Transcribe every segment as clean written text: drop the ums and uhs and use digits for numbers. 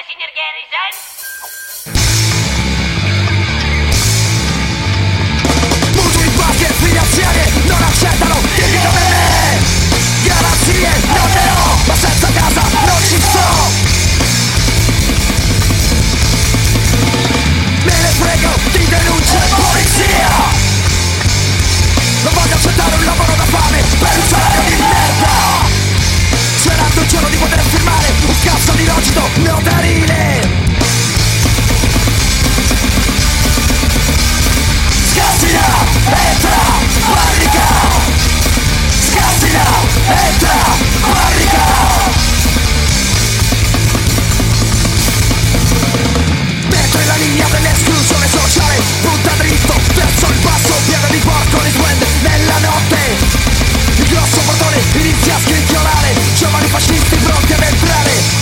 signor Garrison? Mutui, banche finanziarie non accettano debito per me. Garanzie non ne ho, ma senza casa non ci sto. Me ne frego di denuncia e polizia. Non voglio accettare un lavoro da fame per un salario di merda. Sperando un giorno di poter firmare un cazzo di logito notarile. Scassina, entra, barrica. Scassina, entra, barrica. Mentre la linea dell'esclusione sociale punta dritto verso il basso, pieno di porco risplende nella notte. Il grosso portone inizia a scricchiolare, giovani fascisti pronti ad entrare.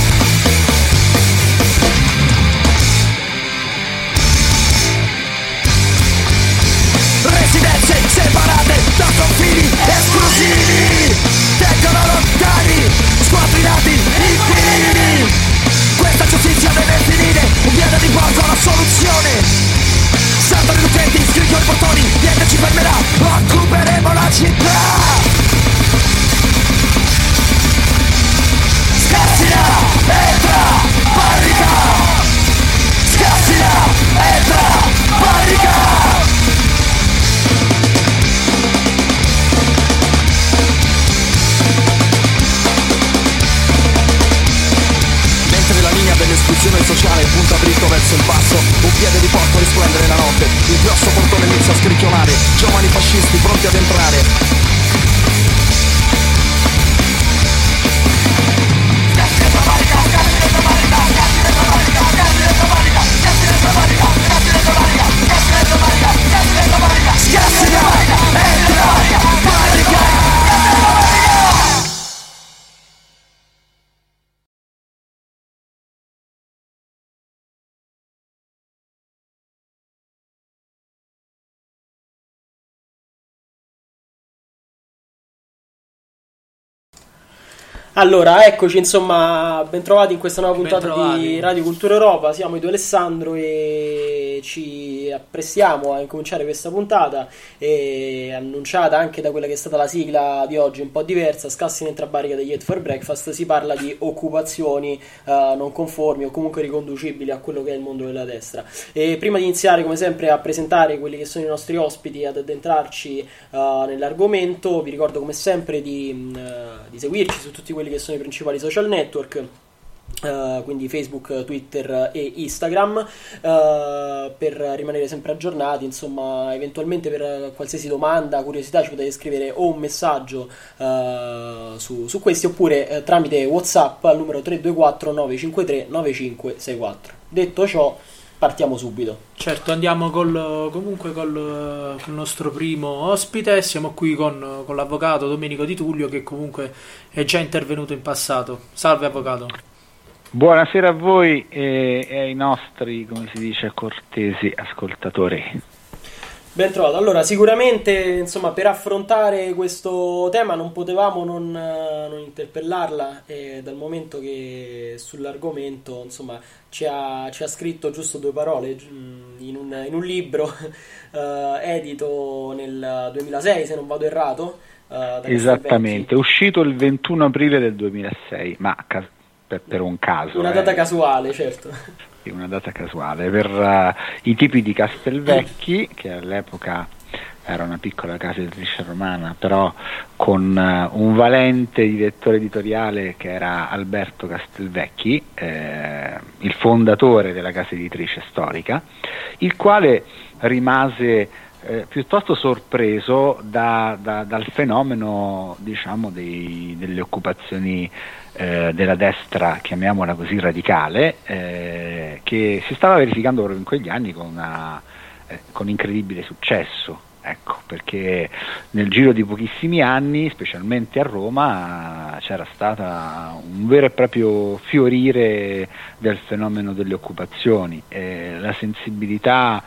Residenze separate da confini esclusivi, tengono lontani, squadrinati, inquilini. Questa giustizia deve finire, un piede di porco la soluzione. Saltano i lucchetti, scricchiano i portoni, niente ci fermerà, occuperemo la città. Scassina, entra, barrica. Scassina, entra, barrica. Dell'esclusione sociale punta dritto verso il basso, un piede di porco risplende nella notte, il grosso portone inizia a scricchiolare, giovani fascisti pronti ad entrare. Allora, eccoci, insomma, bentrovati in questa nuova puntata di Radio Cultura Europa. Siamo i due Alessandro e ci apprestiamo a incominciare questa puntata, e annunciata anche da quella che è stata la sigla di oggi, un po' diversa, Scassina entra barrica degli Head for Breakfast. Si parla di occupazioni non conformi o comunque riconducibili a quello che è il mondo della destra. E prima di iniziare, come sempre, a presentare quelli che sono i nostri ospiti, ad addentrarci nell'argomento, vi ricordo come sempre di seguirci su tutti quelli che sono i principali social network, quindi Facebook, Twitter e Instagram, per rimanere sempre aggiornati. Insomma, eventualmente per qualsiasi domanda, curiosità, ci potete scrivere o un messaggio su questi, oppure tramite WhatsApp al numero 324 953 9564. Detto ciò, partiamo subito. Certo, andiamo col nostro primo ospite. Siamo qui con l'avvocato Domenico Di Tullio, che comunque è già intervenuto in passato. Salve avvocato. Buonasera a voi e ai nostri, come si dice, cortesi ascoltatori. Ben trovato. Allora, sicuramente, insomma, per affrontare questo tema non potevamo non interpellarla, dal momento che sull'argomento, insomma, ci ha scritto giusto due parole in un libro edito nel 2006, se non vado errato. Esattamente, uscito il 21 aprile del 2006, ma per un caso. Una data casuale, certo. Una data casuale per i tipi di Castelvecchi, che all'epoca era una piccola casa editrice romana, però con un valente direttore editoriale che era Alberto Castelvecchi, il fondatore della casa editrice storica, il quale rimase piuttosto sorpreso dal fenomeno, diciamo, delle occupazioni della destra, chiamiamola così, radicale, che si stava verificando proprio in quegli anni con incredibile successo. Ecco, perché nel giro di pochissimi anni, specialmente a Roma, c'era stata un vero e proprio fiorire del fenomeno delle occupazioni. La sensibilità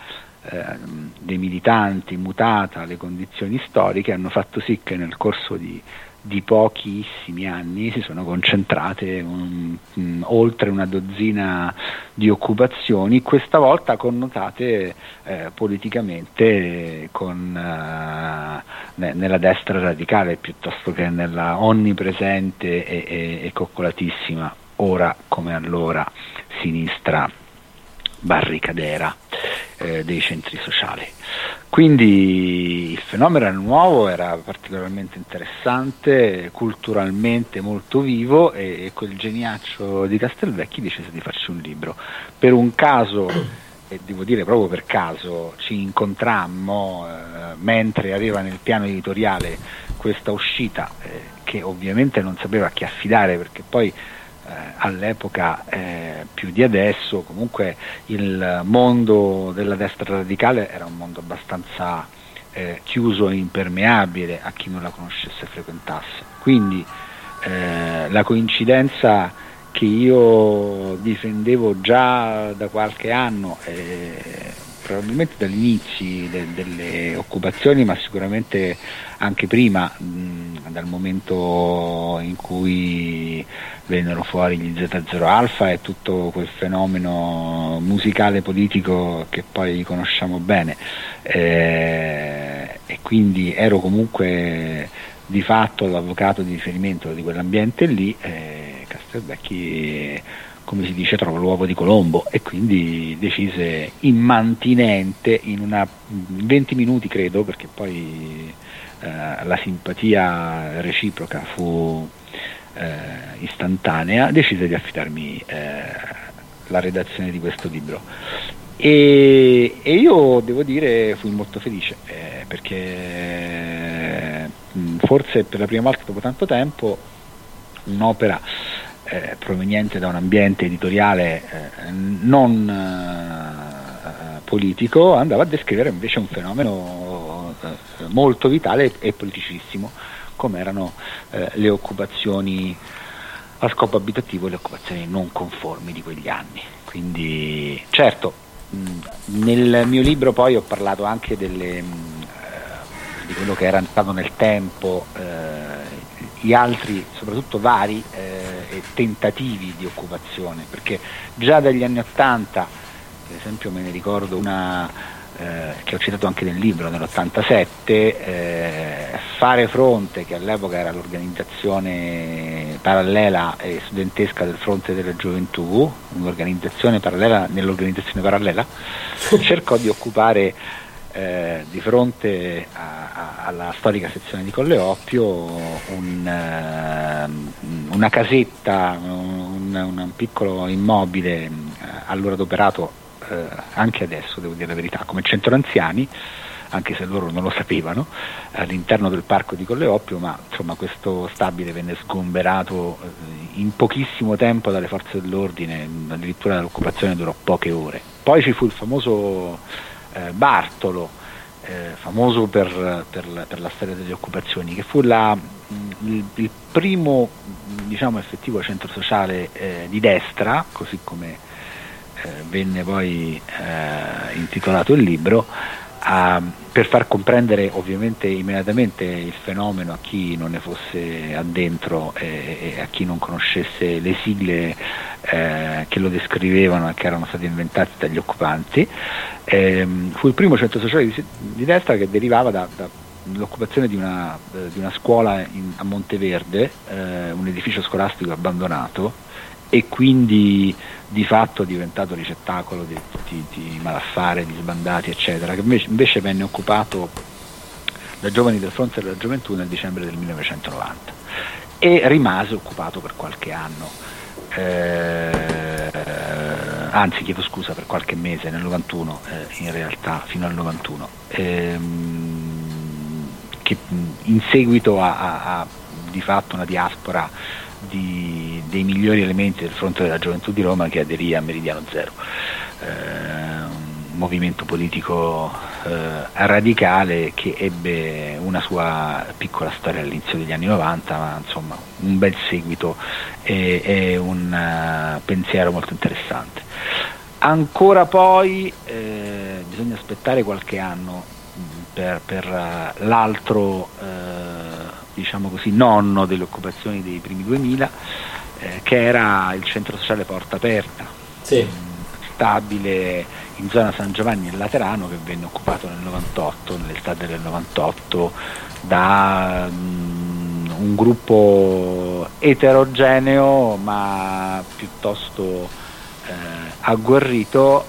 dei militanti, mutata alle condizioni storiche, hanno fatto sì che nel corso di di pochissimi anni si sono concentrate oltre una dozzina di occupazioni, questa volta connotate politicamente nella destra radicale piuttosto che nella onnipresente e coccolatissima, ora come allora, sinistra barricadera dei centri sociali. Quindi il fenomeno era nuovo, era particolarmente interessante, culturalmente molto vivo, e quel geniaccio di Castelvecchi decise di farci un libro. Per un caso, e devo dire proprio per caso, ci incontrammo mentre aveva nel piano editoriale questa uscita, che ovviamente non sapeva a chi affidare, perché poi all'epoca più di adesso comunque il mondo della destra radicale era un mondo abbastanza chiuso e impermeabile a chi non la conoscesse e frequentasse, quindi la coincidenza che io difendevo già da qualche anno, probabilmente dagli inizi delle occupazioni, ma sicuramente anche prima, dal momento in cui vennero fuori gli Z0 Alpha e tutto quel fenomeno musicale politico che poi conosciamo bene, e quindi ero comunque di fatto l'avvocato di riferimento di quell'ambiente lì. Castelvecchi, come si dice, trova l'uovo di Colombo, e quindi decise immantinente, in 20 minuti credo, perché poi la simpatia reciproca fu istantanea, decise di affidarmi la redazione di questo libro, e io devo dire fui molto felice, perché forse per la prima volta dopo tanto tempo un'opera proveniente da un ambiente editoriale non politico andava a descrivere invece un fenomeno molto vitale e politicissimo, come erano le occupazioni a scopo abitativo e le occupazioni non conformi di quegli anni. Quindi certo, nel mio libro poi ho parlato anche di quello che era stato nel tempo gli altri, soprattutto vari tentativi di occupazione, perché già dagli anni '80, per esempio me ne ricordo una che ho citato anche nel libro, nell'87, Fare Fronte, che all'epoca era l'organizzazione parallela e studentesca del Fronte della Gioventù, un'organizzazione parallela nell'organizzazione parallela, cercò di occupare di fronte alla storica sezione di Colle Oppio una casetta, un piccolo immobile allora adoperato anche adesso, devo dire la verità, come centro anziani, anche se loro non lo sapevano, all'interno del parco di Colle Oppio, ma insomma questo stabile venne sgomberato in pochissimo tempo dalle forze dell'ordine, addirittura l'occupazione durò poche ore. Poi ci fu il famoso Bartolo, famoso per la storia delle occupazioni, che fu il primo, diciamo, effettivo centro sociale di destra, così come venne poi intitolato il libro, per far comprendere ovviamente immediatamente il fenomeno a chi non ne fosse addentro e a chi non conoscesse le sigle che lo descrivevano e che erano state inventate dagli occupanti. Fu il primo centro sociale di destra che derivava dall'occupazione di una scuola a Monteverde, un edificio scolastico abbandonato, e quindi di fatto diventato ricettacolo di malaffare, di sbandati eccetera, che invece venne occupato da giovani del Fronte della Gioventù nel dicembre del 1990 e rimase occupato per qualche anno, anzi chiedo scusa, per qualche mese, nel 91 in realtà, fino al 91, che in seguito a di fatto una diaspora dei migliori elementi del Fronte della Gioventù di Roma, che aderì a Meridiano Zero, un movimento politico radicale che ebbe una sua piccola storia all'inizio degli anni 90, ma insomma un bel seguito e un pensiero molto interessante. Ancora poi bisogna aspettare qualche anno per l'altro diciamo così, nonno delle occupazioni dei primi 2000, che era il centro sociale Porta Aperta, stabile in zona San Giovanni e Laterano, che venne occupato nell'estate del 98, da un gruppo eterogeneo ma piuttosto agguerrito,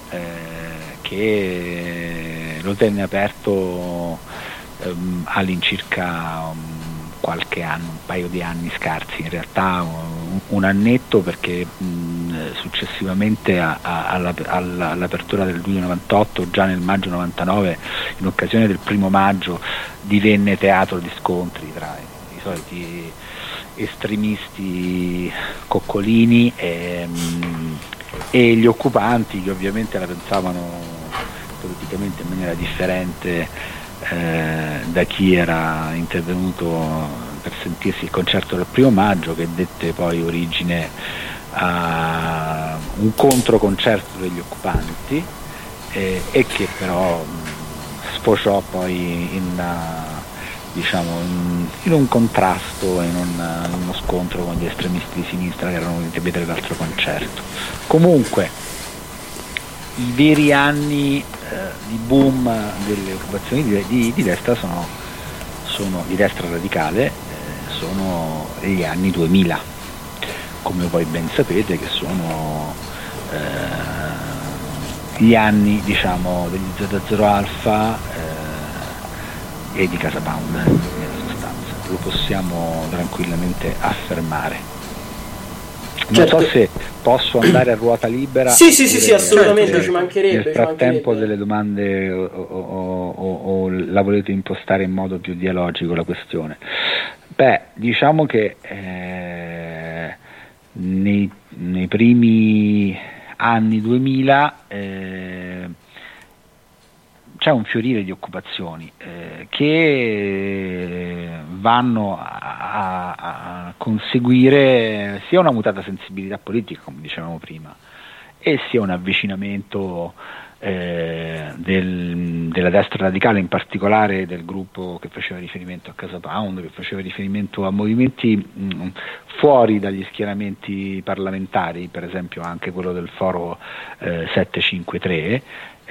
che lo tenne aperto all'incirca qualche anno, un paio di anni scarsi, in realtà un annetto, perché successivamente all'apertura del luglio 98, già nel maggio 99, in occasione del 1° maggio, divenne teatro di scontri tra i soliti estremisti coccolini e gli occupanti, che ovviamente la pensavano politicamente in maniera differente da chi era intervenuto per sentirsi il concerto del 1° maggio, che dette poi origine a un controconcerto degli occupanti, e che però sfociò poi in un contrasto, in uno scontro con gli estremisti di sinistra che erano venuti a vedere l'altro concerto. Comunque i veri anni di boom delle occupazioni di destra sono di destra radicale, sono gli anni 2000, come voi ben sapete, che sono gli anni, diciamo, degli Z0 Alpha e di Casa Pound, nella sostanza. Lo possiamo tranquillamente affermare. Non so se posso andare a ruota libera. Sì, assolutamente, ci mancherebbe. Nel frattempo delle domande o la volete impostare in modo più dialogico la questione? Beh, diciamo che nei primi anni 2000 c'è un fiorire di occupazioni che vanno a conseguire sia una mutata sensibilità politica, come dicevamo prima, e sia un avvicinamento della destra radicale, in particolare del gruppo che faceva riferimento a Casa Pound, che faceva riferimento a movimenti fuori dagli schieramenti parlamentari, per esempio anche quello del Foro 753,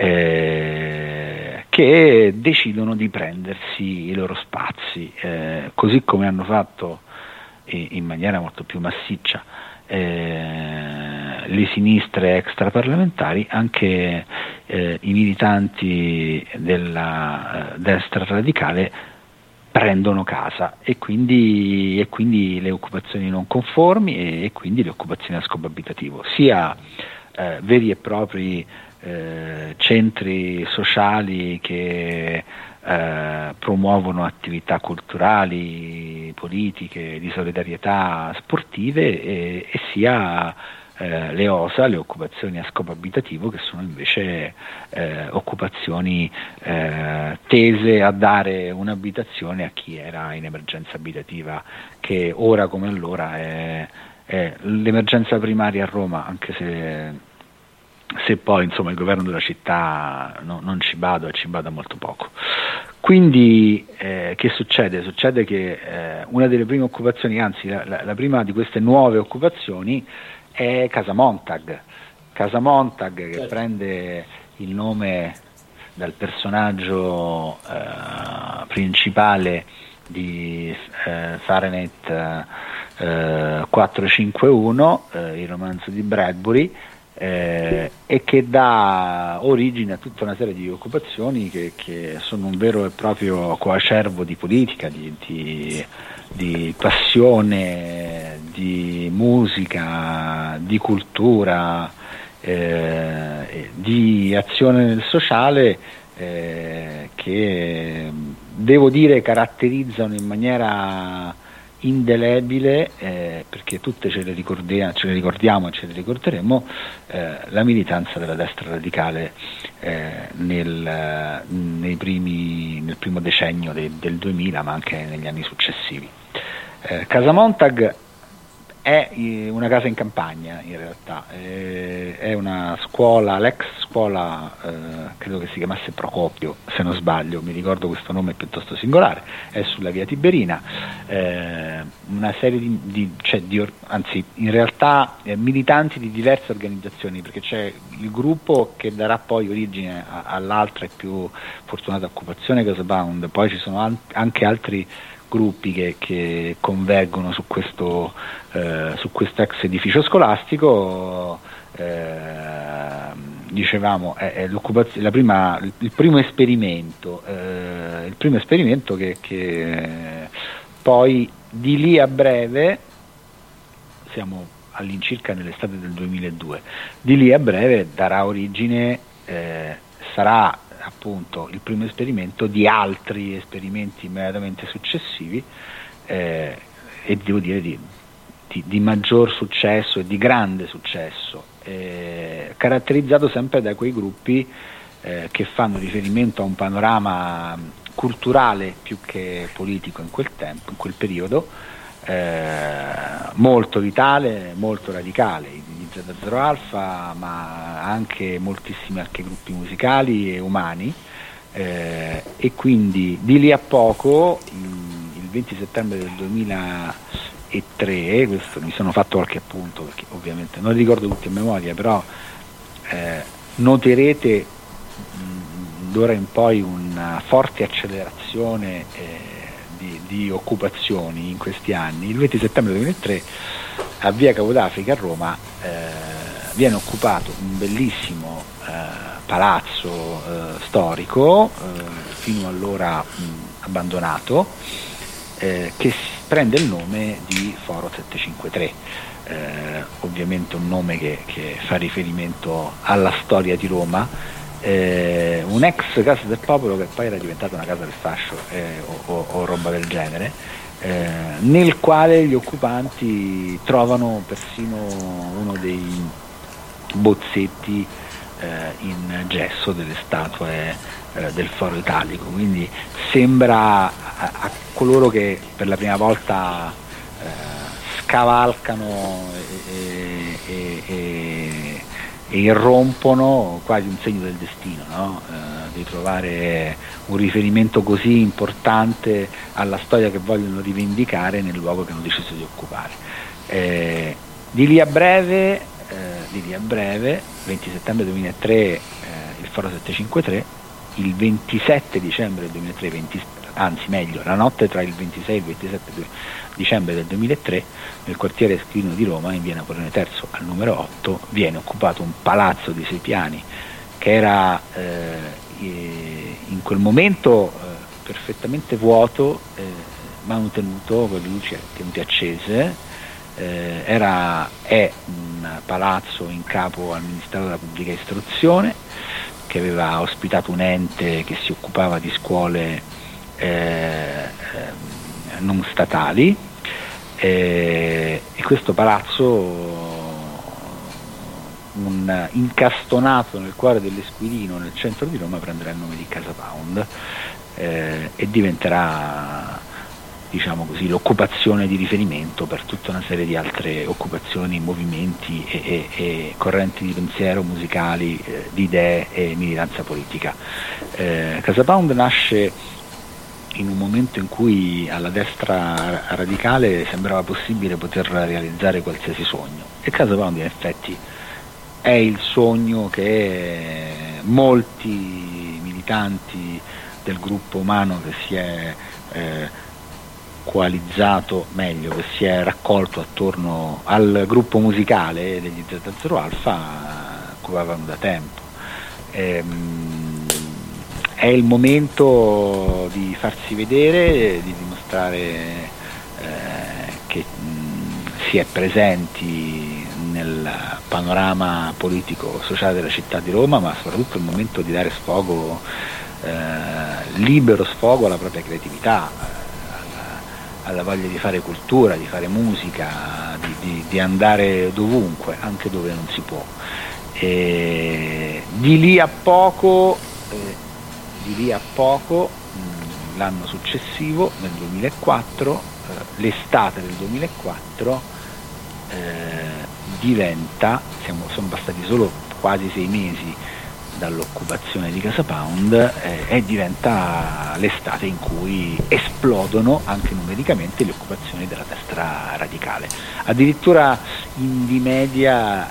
che decidono di prendersi i loro spazi, così come hanno fatto in maniera molto più massiccia le sinistre extraparlamentari. Anche i militanti della destra radicale prendono casa, e quindi le occupazioni non conformi e quindi le occupazioni a scopo abitativo, sia veri e propri centri sociali che promuovono attività culturali, politiche, di solidarietà, sportive, e sia le OSA, le occupazioni a scopo abitativo, che sono invece occupazioni tese a dare un'abitazione a chi era in emergenza abitativa, che ora come allora è l'emergenza primaria a Roma, anche se poi insomma il governo della città non ci bada, ci bada molto poco. Quindi che succede? Succede che una delle prime occupazioni, anzi la prima di queste nuove occupazioni, è Casa Montag, che prende il nome dal personaggio principale di Fahrenheit 451, il romanzo di Bradbury, e che dà origine a tutta una serie di occupazioni che sono un vero e proprio coacervo di politica, di passione, di musica, di cultura, di azione nel sociale, che devo dire caratterizzano in maniera indelebile, perché tutte ce le ricordiamo e ce le ricorderemo, la militanza della destra radicale nel primo decennio del 2000, ma anche negli anni successivi. Casa Montag è una casa in campagna, in realtà, è una scuola, l'ex scuola, credo che si chiamasse Procopio, se non sbaglio, mi ricordo questo nome piuttosto singolare, è sulla via Tiberina, una serie anzi in realtà militanti di diverse organizzazioni, perché c'è il gruppo che darà poi origine all'altra e più fortunata occupazione, Casa Pound, poi ci sono anche altri gruppi che convergono su questo ex edificio scolastico. Dicevamo è il primo esperimento che poi di lì a breve, siamo all'incirca nell'estate del 2002, di lì a breve darà origine, sarà appunto il primo esperimento di altri esperimenti immediatamente successivi, e devo dire di maggior successo e di grande successo, caratterizzato sempre da quei gruppi che fanno riferimento a un panorama culturale più che politico in quel tempo, in quel periodo, molto vitale, molto radicale, gli Z0 Alpha, ma anche moltissimi altri gruppi musicali e umani, e quindi di lì a poco, il 20 settembre del 2003, questo mi sono fatto qualche appunto perché ovviamente non ricordo tutti a memoria, però noterete d'ora in poi una forte accelerazione di occupazioni in questi anni. Il 20 settembre 2003 a via Capodafrica a Roma viene occupato un bellissimo palazzo storico, fino allora abbandonato, che prende il nome di Foro 753, ovviamente un nome che fa riferimento alla storia di Roma, un'ex casa del popolo che poi era diventata una casa del fascio, o roba del genere, nel quale gli occupanti trovano persino uno dei bozzetti in gesso delle statue del Foro Italico, quindi sembra a coloro che per la prima volta scavalcano e irrompono, quasi un segno del destino, no? Di trovare un riferimento così importante alla storia che vogliono rivendicare nel luogo che hanno deciso di occupare. Di lì a breve, 20 settembre 2003, il Foro 753, il 27 dicembre del 2003, anzi meglio, la notte tra il 26 e il 27 dicembre del 2003, nel quartiere Esquilino di Roma, in via Napoleone III al numero 8, viene occupato un palazzo di 6 piani che era in quel momento perfettamente vuoto, manutenuto con le luci tenute accese. È un palazzo in capo al Ministero della Pubblica Istruzione, che aveva ospitato un ente che si occupava di scuole non statali, e questo palazzo, incastonato nel cuore dell'Esquilino, nel centro di Roma, prenderà il nome di Casa Pound, e diventerà, diciamo così, l'occupazione di riferimento per tutta una serie di altre occupazioni, movimenti e correnti di pensiero musicali, di idee e militanza politica. Casa Pound nasce in un momento in cui alla destra radicale sembrava possibile poter realizzare qualsiasi sogno, e Casa Pound in effetti è il sogno che molti militanti del gruppo umano che si è coalizzato, meglio, che si è raccolto attorno al gruppo musicale degli Z0 Alpha occupavano da tempo. È il momento di farsi vedere, di dimostrare che si è presenti nel panorama politico sociale della città di Roma, ma soprattutto il momento di dare sfogo, libero sfogo alla propria creatività, alla voglia di fare cultura, di fare musica, di andare dovunque, anche dove non si può. Di lì a poco, l'anno successivo, nel 2004, l'estate del 2004, sono bastati solo quasi 6 mesi dall'occupazione di Casa Pound e diventa l'estate in cui esplodono anche numericamente le occupazioni della destra radicale. Addirittura Indymedia,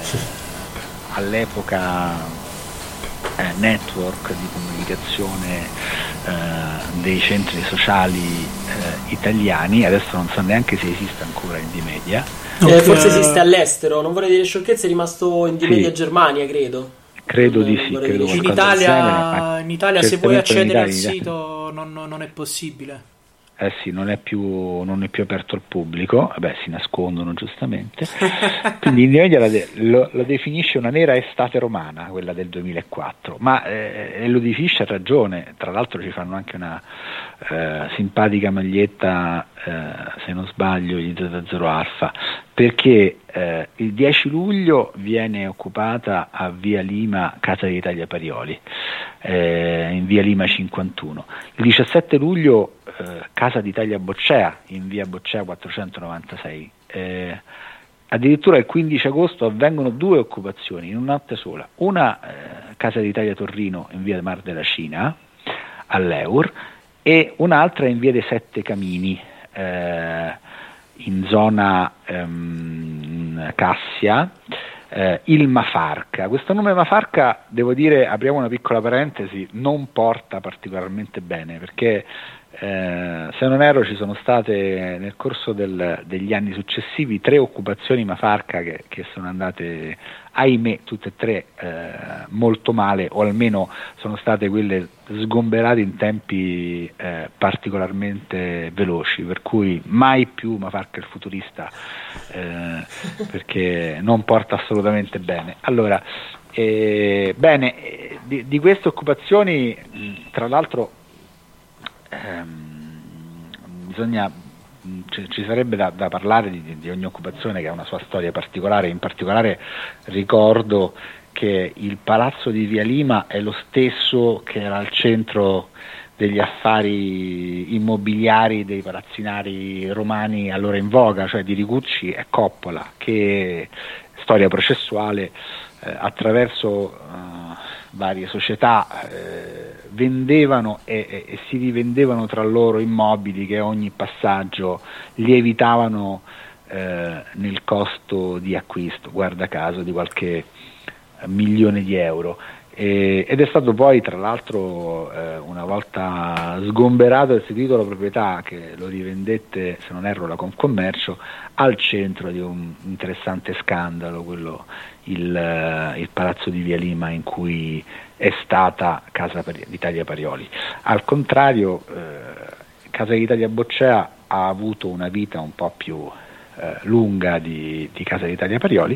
all'epoca network di comunicazione dei centri sociali italiani, adesso non so neanche se esiste ancora Indymedia. Forse esiste all'estero, non vorrei dire sciocchezze, è rimasto Indymedia Germania, credo. Credo di sì, credo in Italia se vuoi accedere al sito non è possibile. Sì, non è più aperto al pubblico, vabbè, si nascondono giustamente. Quindi Indymedia lo definisce una nera estate romana, quella del 2004, ma lo definisce a ragione. Tra l'altro ci fanno anche una simpatica maglietta, se non sbaglio, gli Z0 Alfa, perché il 10 luglio viene occupata a Via Lima Casa d'Italia Parioli, in Via Lima 51. Il 17 luglio Casa d'Italia Boccea, in Via Boccea 496. Addirittura il 15 agosto avvengono 2 occupazioni in una notte sola, una Casa d'Italia Torrino in Via Mar della Cina all'Eur e un'altra in Via dei Sette Camini, in zona Cassia, il Mafarca. Questo nome Mafarca, devo dire, apriamo una piccola parentesi, non porta particolarmente bene, perché se non erro ci sono state nel corso degli anni successivi 3 occupazioni Mafarca che sono andate, ahimè, tutte e 3 molto male, o almeno sono state quelle sgomberate in tempi particolarmente veloci, per cui mai più Mafarca il futurista, perché non porta assolutamente bene. Allora, bene, di queste occupazioni, tra l'altro, ci sarebbe da parlare di ogni occupazione che ha una sua storia particolare. In particolare ricordo che il palazzo di Via Lima è lo stesso che era al centro degli affari immobiliari dei palazzinari romani allora in voga, cioè di Rigucci e Coppola, che storia processuale, attraverso varie società vendevano e si rivendevano tra loro immobili che a ogni passaggio lievitavano nel costo di acquisto, guarda caso, di qualche milione di euro. Ed è stato poi, tra l'altro, una volta sgomberato e seguito la proprietà, che lo rivendette, se non erro, la Confcommercio, al centro di un interessante scandalo, quello il palazzo di Via Lima, in cui è stata Casa d'Italia Parioli. Al contrario, Casa d'Italia Boccea ha avuto una vita un po' più lunga di Casa d'Italia Parioli.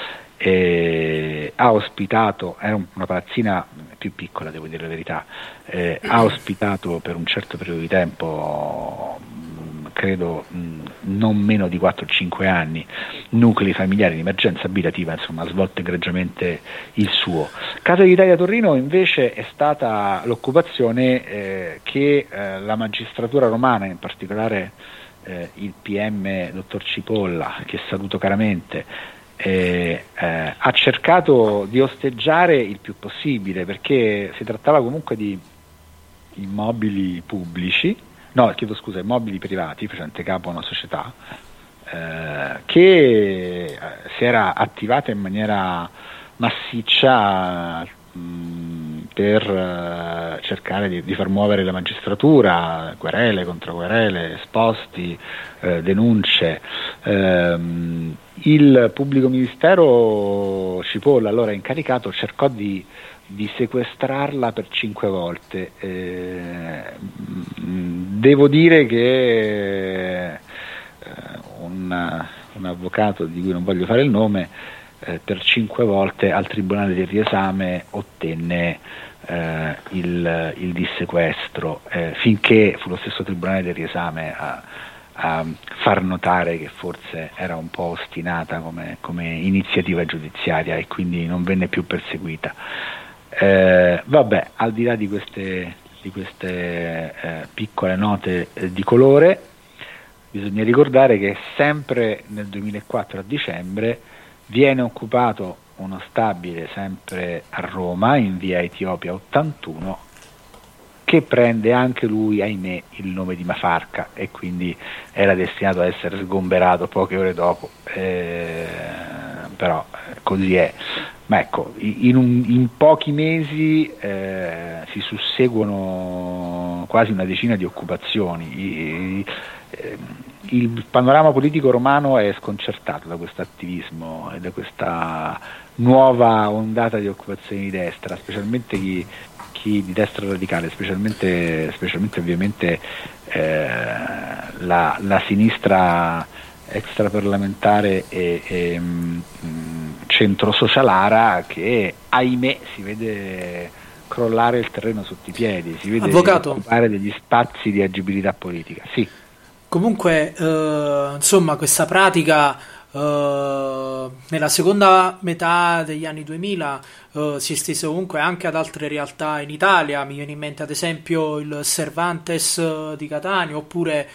Ha ospitato, era una palazzina più piccola, devo dire la verità, ha ospitato per un certo periodo di tempo, credo non meno di 4-5 anni, nuclei familiari di emergenza abitativa, insomma ha svolto egregiamente il suo. Casa d'Italia Torrino invece è stata l'occupazione che la magistratura romana, in particolare il PM dottor Cipolla, che saluto caramente, ha cercato di osteggiare il più possibile, perché si trattava comunque di immobili pubblici, immobili privati facente capo a una società che si era attivata in maniera massiccia per cercare di far muovere la magistratura, querele, controquerele, esposti, denunce. Il pubblico ministero Cipolla, allora incaricato, cercò di sequestrarla per 5 volte. Devo dire che un avvocato di cui non voglio fare il nome, per 5 volte al Tribunale del Riesame ottenne il dissequestro, finché fu lo stesso Tribunale del Riesame a far notare che forse era un po' ostinata come iniziativa giudiziaria e quindi non venne più perseguita. Vabbè, al di là di queste piccole note di colore, bisogna ricordare che sempre nel 2004 a dicembre viene occupato uno stabile sempre a Roma, in via Etiopia 81, che prende anche lui, ahimè, il nome di Mafarca, e quindi era destinato a essere sgomberato poche ore dopo, però così è. Ma ecco, in pochi mesi si susseguono quasi una decina di occupazioni. Il panorama politico romano è sconcertato da questo attivismo e da questa nuova ondata di occupazioni di destra, specialmente chi di destra radicale, specialmente ovviamente la sinistra extraparlamentare e centro socialara, che ahimè si vede crollare il terreno sotto i piedi, si vede occupare degli spazi di agibilità politica. Sì. Comunque, insomma, questa pratica nella seconda metà degli anni 2000 si è estesa comunque anche ad altre realtà in Italia. Mi viene in mente ad esempio il Cervantes di Catania, oppure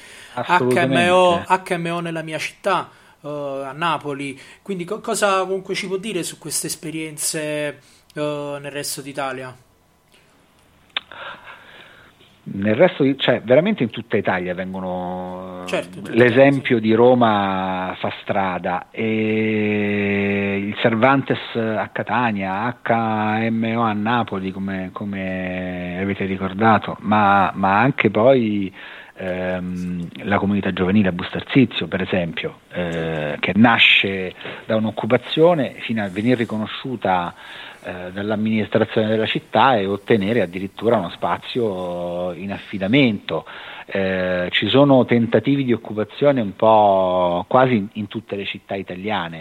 HMO nella mia città, a Napoli. Quindi cosa comunque ci può dire su queste esperienze nel resto d'Italia? Nel resto, cioè veramente in tutta Italia vengono, certo, l'esempio di Roma fa strada, e il Cervantes a Catania, HMO a Napoli, come avete ricordato, ma anche poi la comunità giovanile a Bustarsizio, per esempio, che nasce da un'occupazione fino a venire riconosciuta dall'amministrazione della città e ottenere addirittura uno spazio in affidamento. Ci sono tentativi di occupazione un po' quasi in tutte le città italiane.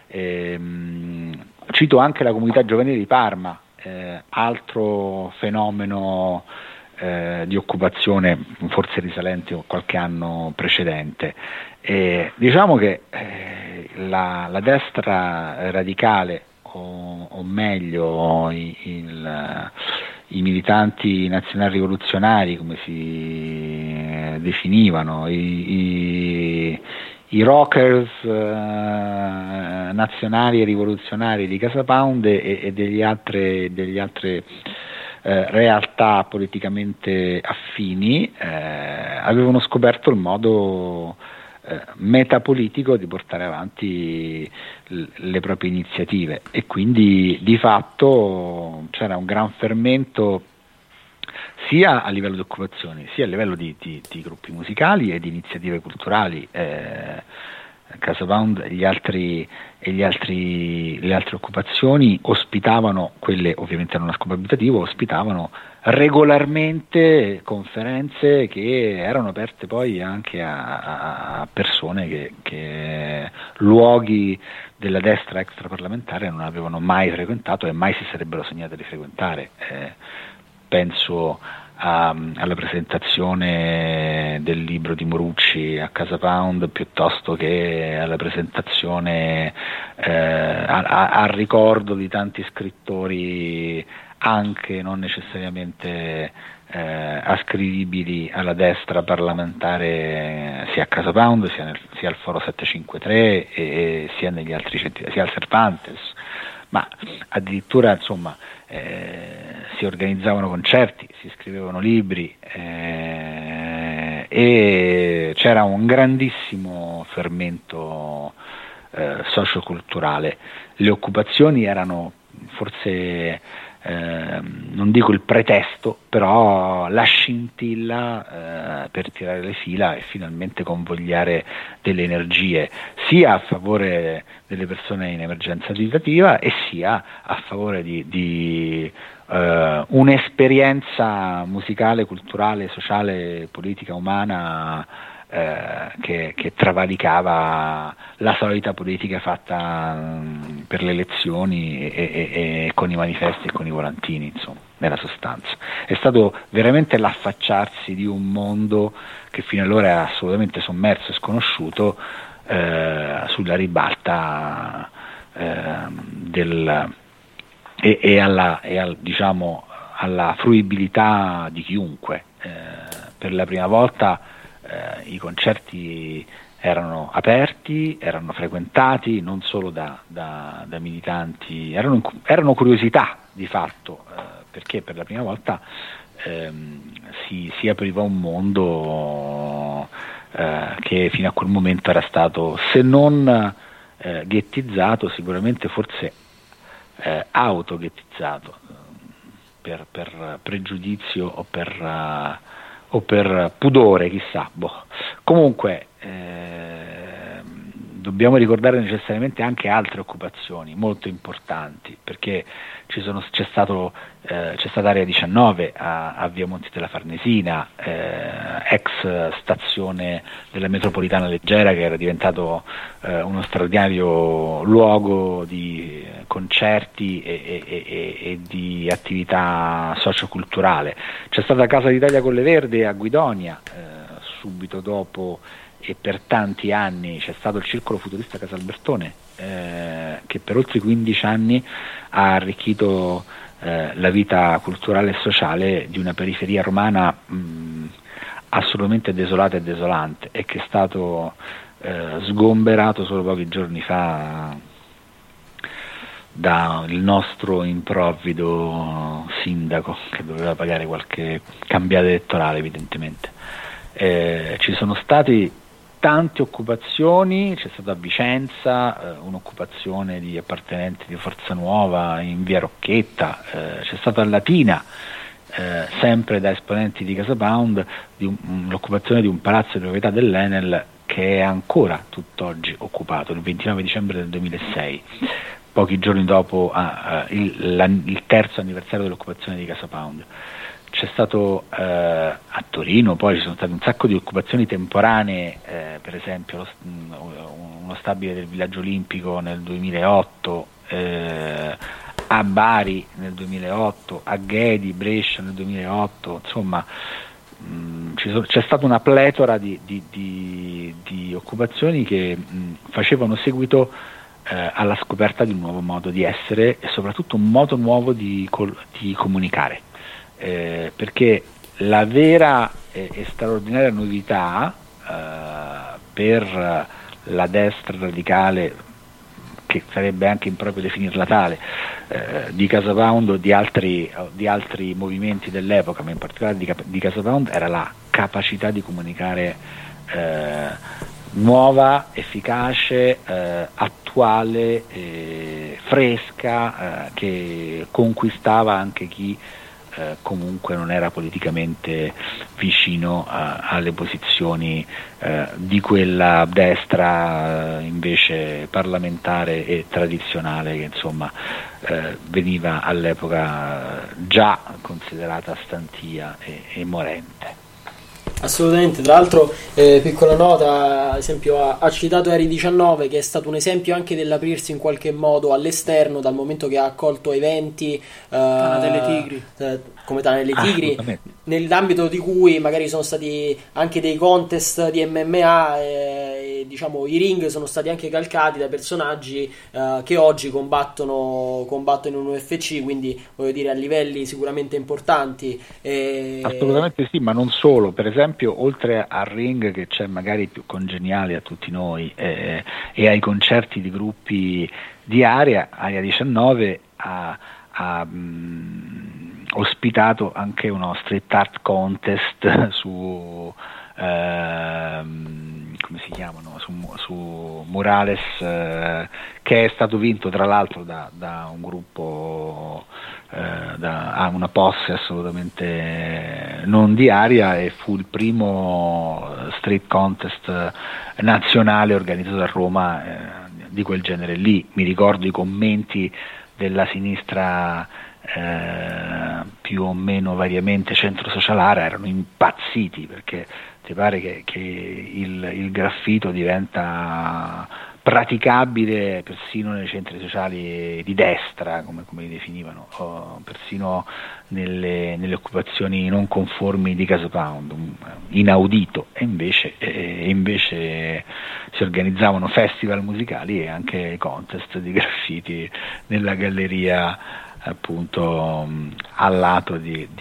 Cito anche la comunità giovanile di Parma, altro fenomeno di occupazione forse risalente a qualche anno precedente. Diciamo che la destra radicale, o meglio i militanti nazionali rivoluzionari, come si definivano, i rockers nazionali e rivoluzionari di Casa Pound e degli altre realtà politicamente affini, avevano scoperto il modo metapolitico di portare avanti le proprie iniziative, e quindi di fatto c'era un gran fermento sia a livello di occupazioni sia a livello di gruppi musicali e di iniziative culturali. Casa Pound e le altre occupazioni ospitavano, quelle ovviamente non a scopo abitativo, ospitavano regolarmente conferenze che erano aperte poi anche a persone che luoghi della destra extraparlamentare non avevano mai frequentato e mai si sarebbero sognati di frequentare. Penso alla presentazione del libro di Morucci a Casa Pound, piuttosto che alla presentazione al ricordo di tanti scrittori anche non necessariamente ascrivibili alla destra parlamentare, sia a Casa Pound sia al Foro 753 e sia negli altri centri, sia al Cervantes, ma addirittura insomma si organizzavano concerti, si scrivevano libri, e c'era un grandissimo fermento socioculturale. Le occupazioni erano forse, non dico il pretesto, però la scintilla per tirare le fila e finalmente convogliare delle energie, sia a favore delle persone in emergenza abitativa e sia a favore di un'esperienza musicale, culturale, sociale, politica, umana che travalicava la solita politica fatta per le elezioni e con i manifesti e con i volantini, insomma, nella sostanza. È stato veramente l'affacciarsi di un mondo che fino allora era assolutamente sommerso e sconosciuto, sulla ribalta diciamo alla fruibilità di chiunque. Per la prima volta i concerti erano aperti, erano frequentati non solo da militanti, erano curiosità di fatto, perché per la prima volta si apriva un mondo che fino a quel momento era stato, se non ghettizzato, sicuramente forse autoghettizzato per pregiudizio o per pudore, chissà. Comunque dobbiamo ricordare necessariamente anche altre occupazioni molto importanti, perché c'è stata Area 19 a Via Monti della Farnesina, ex stazione della metropolitana leggera, che era diventato uno straordinario luogo di concerti e di attività socioculturale. C'è stata Casa d'Italia Colle Verde a Guidonia, subito dopo, e per tanti anni c'è stato il Circolo Futurista Casalbertone, che per oltre 15 anni ha arricchito la vita culturale e sociale di una periferia romana assolutamente desolata e desolante, e che è stato sgomberato solo pochi giorni fa dal nostro improvvido sindaco, che doveva pagare qualche cambiata elettorale evidentemente. Ci sono stati tante occupazioni, c'è stata a Vicenza un'occupazione di appartenenti di Forza Nuova in via Rocchetta, c'è stata a Latina, sempre da esponenti di Casa Pound, l'occupazione di un palazzo di proprietà dell'Enel che è ancora tutt'oggi occupato, il 29 dicembre del 2006, pochi giorni dopo il terzo anniversario dell'occupazione di Casa Pound. C'è stato a Torino, poi ci sono state un sacco di occupazioni temporanee, per esempio uno stabile del Villaggio Olimpico nel 2008, a Bari nel 2008, a Ghedi, Brescia nel 2008, insomma c'è stata una pletora di occupazioni che facevano seguito alla scoperta di un nuovo modo di essere e soprattutto un modo nuovo di comunicare. Perché la vera e straordinaria novità per la destra radicale, che sarebbe anche improprio definirla tale, di Casa Pound o di altri movimenti dell'epoca, ma in particolare di Casa Pound, era la capacità di comunicare nuova, efficace, attuale, fresca, che conquistava anche chi comunque non era politicamente vicino alle posizioni di quella destra invece parlamentare e tradizionale, che insomma veniva all'epoca già considerata stantia e morente. Assolutamente, tra l'altro piccola nota, ad esempio ha citato Area 19, che è stato un esempio anche dell'aprirsi in qualche modo all'esterno, dal momento che ha accolto eventi Tana delle Tigri, come Tana delle Tigri, nell'ambito di cui magari sono stati anche dei contest di MMA, diciamo i ring sono stati anche calcati da personaggi che oggi combattono in un UFC, quindi voglio dire a livelli sicuramente importanti. Assolutamente sì, ma non solo. Per esempio, oltre al ring, che c'è magari più congeniale a tutti noi, e ai concerti di gruppi di Area 19 ha ospitato anche uno street art contest su come si chiamano, su murales, che è stato vinto tra l'altro da un gruppo, da una posse assolutamente non di Area, e fu il primo street contest nazionale organizzato a Roma di quel genere lì. Mi ricordo i commenti della sinistra più o meno variamente centro-socialare, erano impazziti, perché ti pare che il graffito diventa praticabile persino nei centri sociali di destra, come li definivano, o persino nelle occupazioni non conformi di Casa Pound, inaudito. E invece si organizzavano festival musicali e anche contest di graffiti nella galleria appunto al lato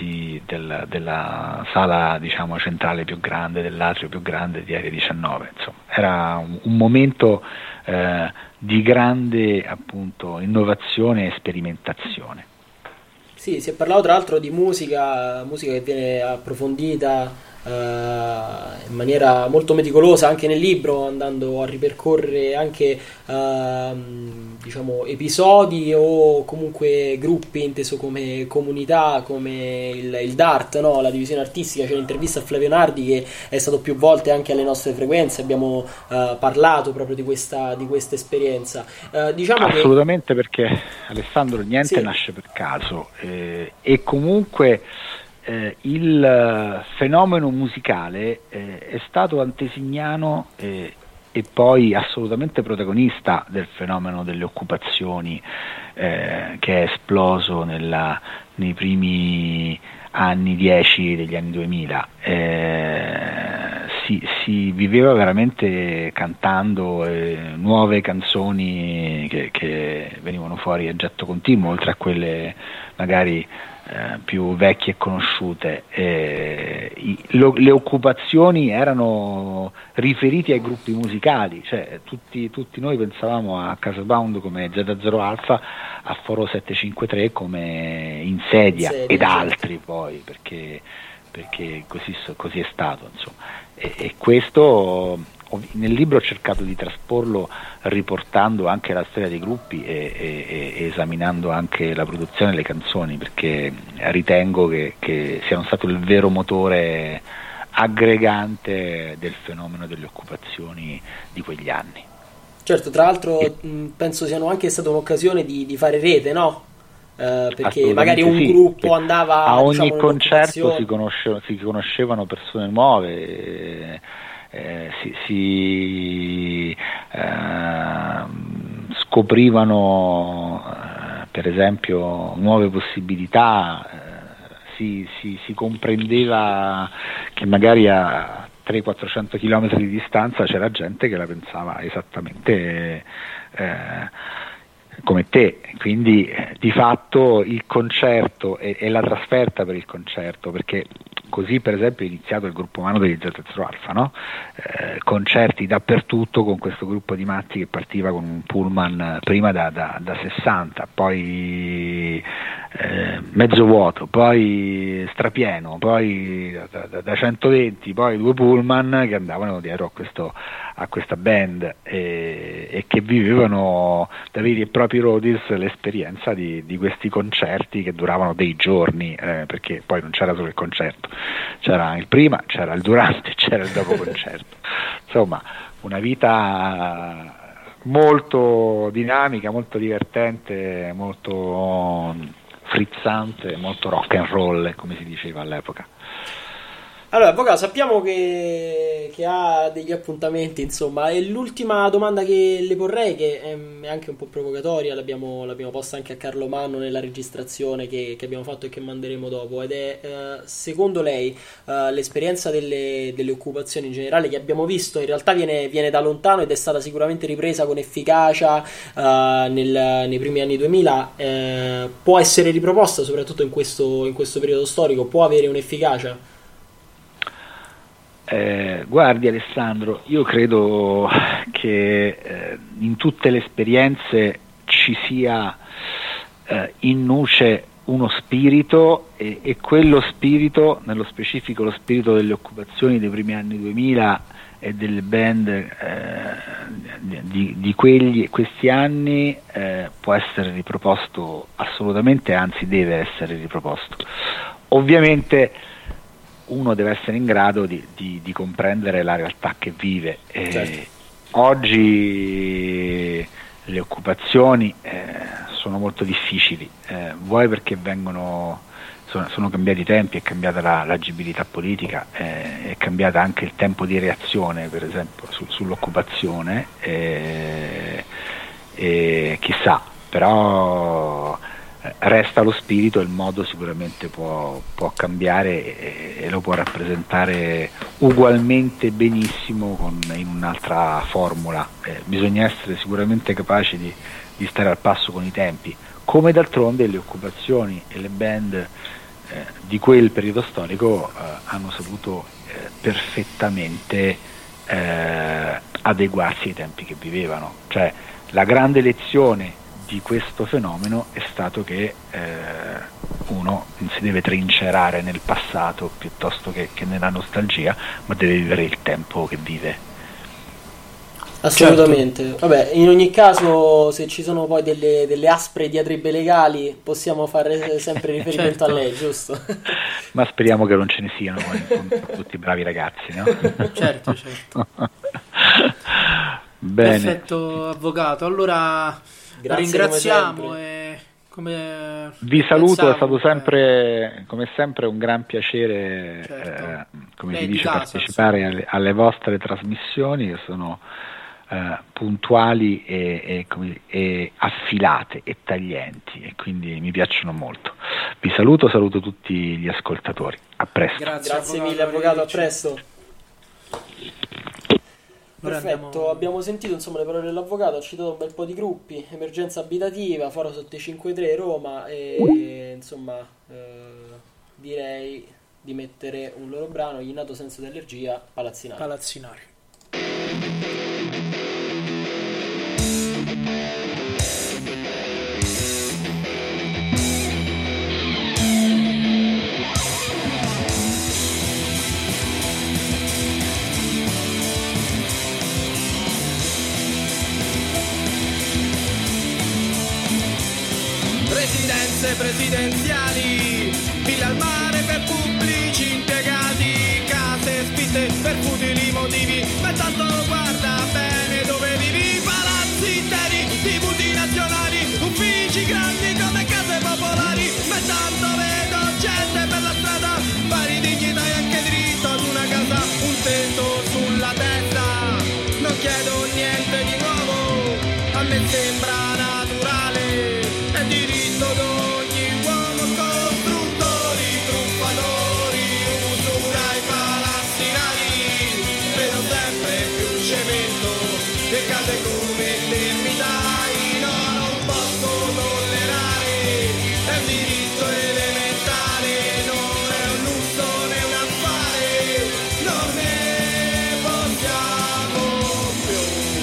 della sala, diciamo, centrale più grande, dell'atrio più grande di Area 19. Insomma, era un momento di grande, appunto, innovazione e sperimentazione. Sì, si è parlato tra l'altro di musica che viene approfondita in maniera molto meticolosa anche nel libro, andando a ripercorrere anche diciamo episodi o comunque gruppi, inteso come comunità, come il DART, no? La divisione artistica. C'è un'intervista a Flavio Nardi che è stato più volte anche alle nostre frequenze, abbiamo parlato proprio di questa esperienza. Diciamo assolutamente, perché Alessandro, niente nasce per caso, e comunque il fenomeno musicale è stato antesignano e poi assolutamente protagonista del fenomeno delle occupazioni che è esploso nei primi anni 10 degli anni 2000. Si viveva veramente cantando nuove canzoni che venivano fuori a getto continuo, oltre a quelle magari più vecchie e conosciute. Le occupazioni erano riferite ai gruppi musicali, cioè tutti noi pensavamo a Casablanca come Z0 Alpha, a Foro 753 come Insedia ed altri, poi perché così è stato, insomma. E questo nel libro ho cercato di trasporlo riportando anche la storia dei gruppi e esaminando anche la produzione delle canzoni, perché ritengo che siano stato il vero motore aggregante del fenomeno delle occupazioni di quegli anni. Certo, tra l'altro penso siano anche stata un'occasione di fare rete, no? Perché magari un gruppo andava a ogni, diciamo, concerto si conoscevano persone nuove, si scoprivano per esempio nuove possibilità, si comprendeva che magari a 300-400 km di distanza c'era gente che la pensava esattamente come te, quindi di fatto il concerto e la trasferta per il concerto, perché così per esempio è iniziato il gruppo umano degli Z0 Alpha, no? Concerti dappertutto con questo gruppo di matti che partiva con un pullman prima da 60, poi mezzo vuoto, poi strapieno, poi da 120, poi 2 pullman che andavano dietro a questa band e che vivevano da veri e propri roadies l'esperienza di questi concerti che duravano dei giorni, perché poi non c'era solo il concerto, c'era il prima, c'era il durante, c'era il dopo concerto. Insomma, una vita molto dinamica, molto divertente, molto frizzante, molto rock and roll, come si diceva all'epoca. Allora, Avvocato, sappiamo che ha degli appuntamenti, insomma, e l'ultima domanda che le porrei, che è anche un po' provocatoria, l'abbiamo posta anche a Carlo Manno nella registrazione che abbiamo fatto e che manderemo dopo, ed è, secondo lei, l'esperienza delle occupazioni in generale che abbiamo visto in realtà viene da lontano ed è stata sicuramente ripresa con efficacia nei primi anni 2000, può essere riproposta soprattutto in questo periodo storico, può avere un'efficacia? Guardi Alessandro, io credo che in tutte le esperienze ci sia in nuce uno spirito e quello spirito, nello specifico lo spirito delle occupazioni dei primi anni 2000 e delle band di questi anni può essere riproposto assolutamente, anzi deve essere riproposto. Ovviamente uno deve essere in grado di comprendere la realtà che vive. Certo. Oggi le occupazioni sono molto difficili, vuoi perché sono cambiati i tempi, è cambiata l'agibilità politica, è cambiata anche il tempo di reazione, per esempio sull'occupazione, chissà, però resta lo spirito, il modo sicuramente può cambiare e lo può rappresentare ugualmente benissimo in un'altra formula. Bisogna essere sicuramente capaci di stare al passo con i tempi, come d'altronde le occupazioni e le band di quel periodo storico hanno saputo perfettamente adeguarsi ai tempi che vivevano. Cioè, la grande lezione di questo fenomeno è stato che uno non si deve trincerare nel passato piuttosto che nella nostalgia, ma deve vivere il tempo che vive. Assolutamente. Certo. Vabbè, in ogni caso, se ci sono poi delle aspre diatribe legali, possiamo fare sempre riferimento a lei, giusto? Ma speriamo che non ce ne siano, sono tutti bravi ragazzi, no? Certo. Bene. Perfetto, avvocato. Allora, la ringraziamo e vi saluto, è stato sempre, come sempre, un gran piacere, certo. Come si dice, partecipare alle vostre trasmissioni, che sono puntuali e affilate e taglienti, e quindi mi piacciono molto. Vi saluto tutti gli ascoltatori. A presto. Grazie mille, avvocato, a presto. Perfetto, abbiamo sentito insomma le parole dell'avvocato, ha citato un bel po' di gruppi: Emergenza Abitativa, Foro 753 Roma, e insomma direi di mettere un loro brano, Gli nato senza d'allergia, Palazzinari. Residenze presidenziali, ville al mare per pubblici impiegati, case sfitte per futili motivi, ma tanto guarda bene dove vivi, palazzi interi di multinazionali, uffici grandi come case popolari, ma tanto vedo gente per la strada, pari dignità e anche diritto ad una casa, un tetto sulla testa, non chiedo niente di nuovo, a me sembra naturale. È diritto d'ogni uomo, costruttori, truffatori, usurai, palazzinari. Vedo sempre più cemento e case come termitari. No, non posso tollerare, è un diritto elementare, non è un lusso né un affare, non ne possiamo più.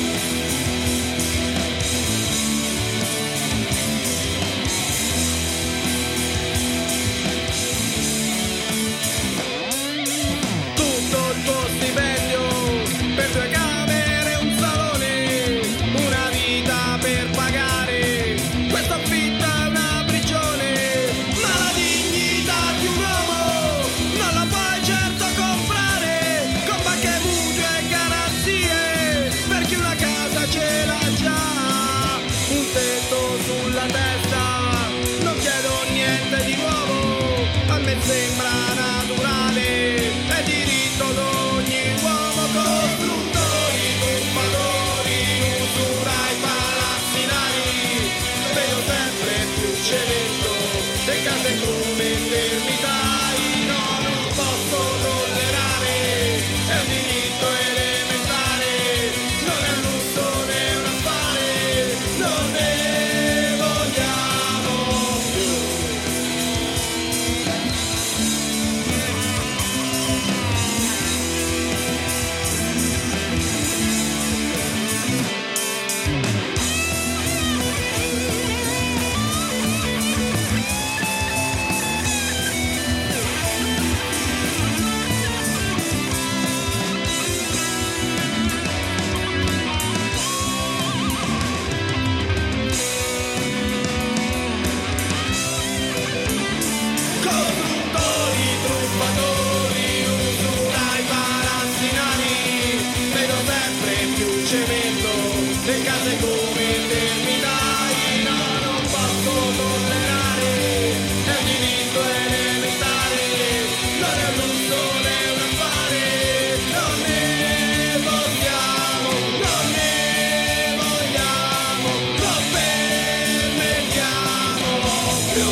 Per 2 camere, un salone, una vita per pagare, questo affitto è una prigione, ma la dignità di un uomo non la puoi certo comprare, con banche, mutui e garanzie, per chi una casa ce l'ha già, un tetto sulla testa, non chiedo niente di nuovo, a me sembra naturale, è diritto d'ogni uomo, costruttori, truffatori, usurai, palazzinari, vedo sempre più cemento e case come termitari, no, non posso tollerare, è un diritto elementare, non è un lusso né un affare, non ne vogliamo più. Costruttori, truffatori, usurai, palazzinari, vedo sempre più cemento e case come terminali, no, non posso tollerare, è un diritto elementare, non è un lusso né un affare, non ne vogliamo, non permettiamo più.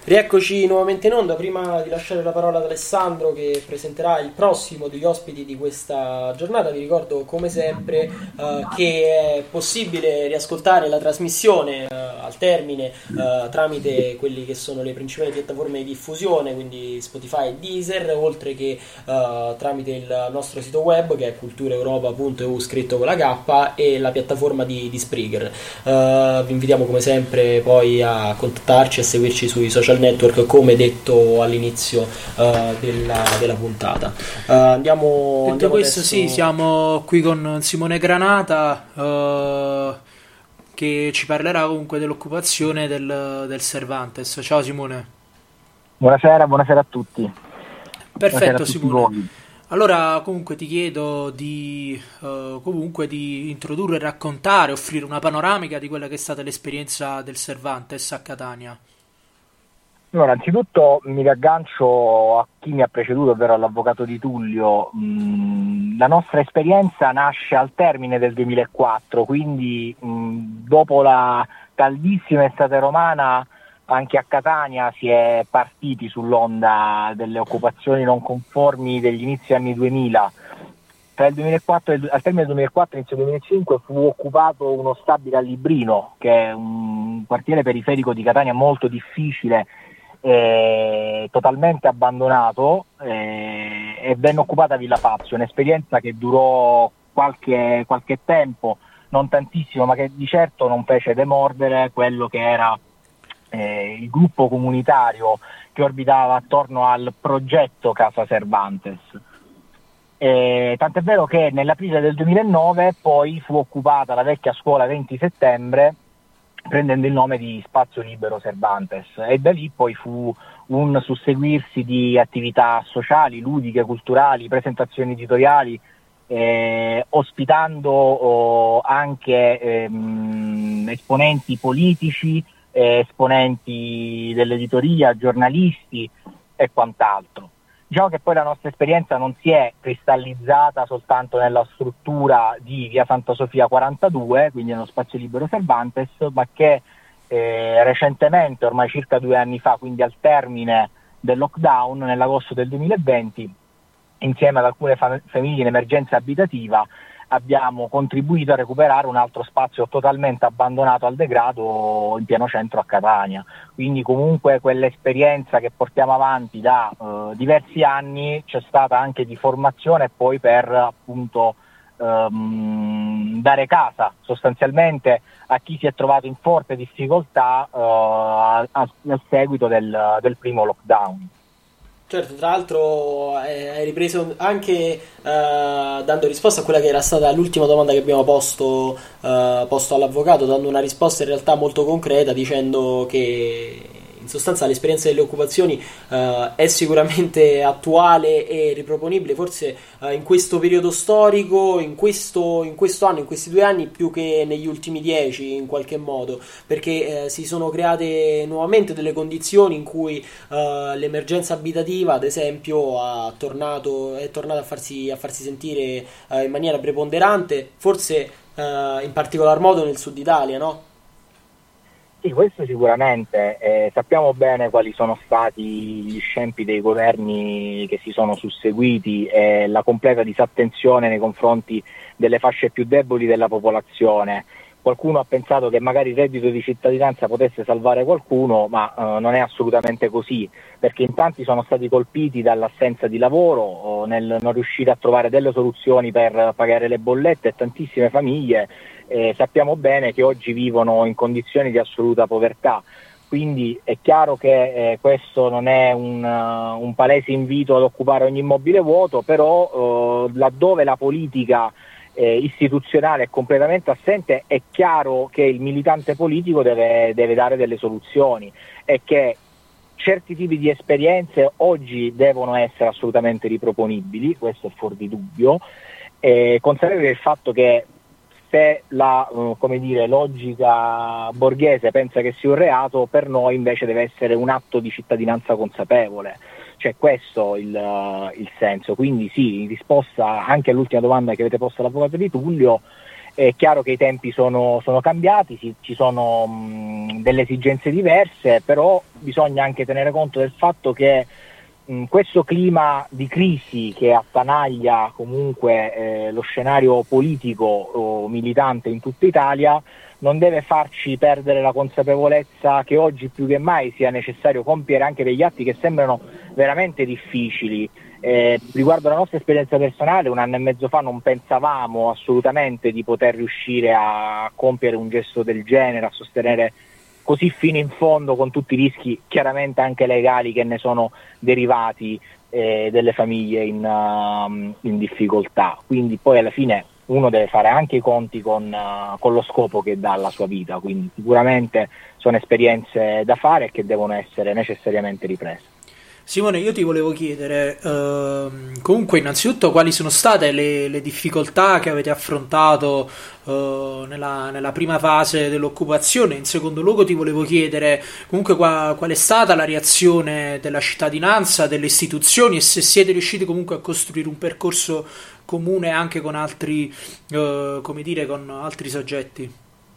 Rieccoci nuovamente in onda. Prima di lasciare la parola ad Alessandro, che presenterà il prossimo degli ospiti di questa giornata, vi ricordo come sempre che è possibile riascoltare la trasmissione al termine tramite quelli che sono le principali piattaforme di diffusione, quindi Spotify e Deezer, oltre che tramite il nostro sito web, che è culturaeuropa.eu scritto con la K, e la piattaforma di Spreaker. Vi invitiamo come sempre poi a contattarci e a seguirci sui social network, come detto all'inizio della puntata. Andiamo Detto questo, adesso... sì, siamo qui con Simone Granata, che ci parlerà comunque dell'occupazione del Cervantes. Ciao Simone. Buonasera a tutti. Perfetto, Simone. Voi. Allora, comunque ti chiedo di introdurre e raccontare, offrire una panoramica di quella che è stata l'esperienza del Cervantes a Catania. Allora, anzitutto mi riaggancio a chi mi ha preceduto, ovvero all'avvocato Di Tullio. La nostra esperienza nasce al termine del 2004, quindi dopo la caldissima estate romana anche a Catania si è partiti sull'onda delle occupazioni non conformi degli inizi anni 2000. Al termine del 2004 e inizio 2005 fu occupato uno stabile a Librino, che è un quartiere periferico di Catania molto difficile, totalmente abbandonato, e venne occupata Villa Fazio, un'esperienza che durò qualche tempo, non tantissimo, ma che di certo non fece demordere quello che era il gruppo comunitario che orbitava attorno al progetto Casa Cervantes. Tant'è vero che nell'aprile del 2009 poi fu occupata la vecchia scuola 20 settembre, prendendo il nome di Spazio Libero Cervantes, e da lì poi fu un susseguirsi di attività sociali, ludiche, culturali, presentazioni editoriali, ospitando anche esponenti politici, esponenti dell'editoria, giornalisti e quant'altro. Diciamo che poi la nostra esperienza non si è cristallizzata soltanto nella struttura di via Santa Sofia 42, quindi nello Spazio Libero Cervantes, ma che recentemente, ormai circa 2 anni fa, quindi al termine del lockdown, nell'agosto del 2020, insieme ad alcune famiglie in emergenza abitativa, abbiamo contribuito a recuperare un altro spazio totalmente abbandonato al degrado in pieno centro a Catania. Quindi comunque quell'esperienza che portiamo avanti da diversi anni c'è stata anche di formazione, poi per appunto dare casa sostanzialmente a chi si è trovato in forte difficoltà al seguito del primo lockdown. Certo, tra l'altro hai ripreso anche dando risposta a quella che era stata l'ultima domanda che abbiamo posto all'avvocato, dando una risposta in realtà molto concreta, dicendo che in sostanza l'esperienza delle occupazioni è sicuramente attuale e riproponibile, forse in questo periodo storico, in questo anno, in questi 2 anni, più che negli ultimi 10 in qualche modo, perché si sono create nuovamente delle condizioni in cui l'emergenza abitativa, ad esempio, è tornata a farsi sentire in maniera preponderante, forse in particolar modo nel sud Italia, no? Sì, questo sicuramente. Sappiamo bene quali sono stati gli scempi dei governi che si sono susseguiti e la completa disattenzione nei confronti delle fasce più deboli della popolazione. Qualcuno ha pensato che magari il reddito di cittadinanza potesse salvare qualcuno, ma non è assolutamente così, perché in tanti sono stati colpiti dall'assenza di lavoro o nel non riuscire a trovare delle soluzioni per pagare le bollette, e tantissime famiglie sappiamo bene che oggi vivono in condizioni di assoluta povertà. Quindi è chiaro che questo non è un palese invito ad occupare ogni immobile vuoto, però laddove la politica istituzionale è completamente assente, è chiaro che il militante politico deve dare delle soluzioni, e che certi tipi di esperienze oggi devono essere assolutamente riproponibili, questo è fuori di dubbio, consapevoli del fatto che se la logica borghese pensa che sia un reato, per noi invece deve essere un atto di cittadinanza consapevole. Cioè questo il senso. Quindi sì, in risposta anche all'ultima domanda che avete posto all'avvocato Di Tullio, È chiaro che i tempi sono cambiati, ci sono delle esigenze diverse, però bisogna anche tenere conto del fatto che questo clima di crisi che attanaglia comunque lo scenario politico militante in tutta Italia non deve farci perdere la consapevolezza che oggi più che mai sia necessario compiere anche degli atti che sembrano veramente difficili. Riguardo alla nostra esperienza personale, 1 anno e mezzo fa non pensavamo assolutamente di poter riuscire a compiere un gesto del genere, a sostenere così fino in fondo, con tutti i rischi chiaramente anche legali che ne sono derivati, delle famiglie in difficoltà. Quindi poi alla fine uno deve fare anche i conti con lo scopo che dà alla sua vita, quindi sicuramente sono esperienze da fare e che devono essere necessariamente riprese. Simone, io ti volevo chiedere, comunque innanzitutto quali sono state le difficoltà che avete affrontato nella prima fase dell'occupazione. In secondo luogo ti volevo chiedere comunque qual è stata la reazione della cittadinanza, delle istituzioni, e se siete riusciti comunque a costruire un percorso comune anche con altri, come dire, con altri soggetti.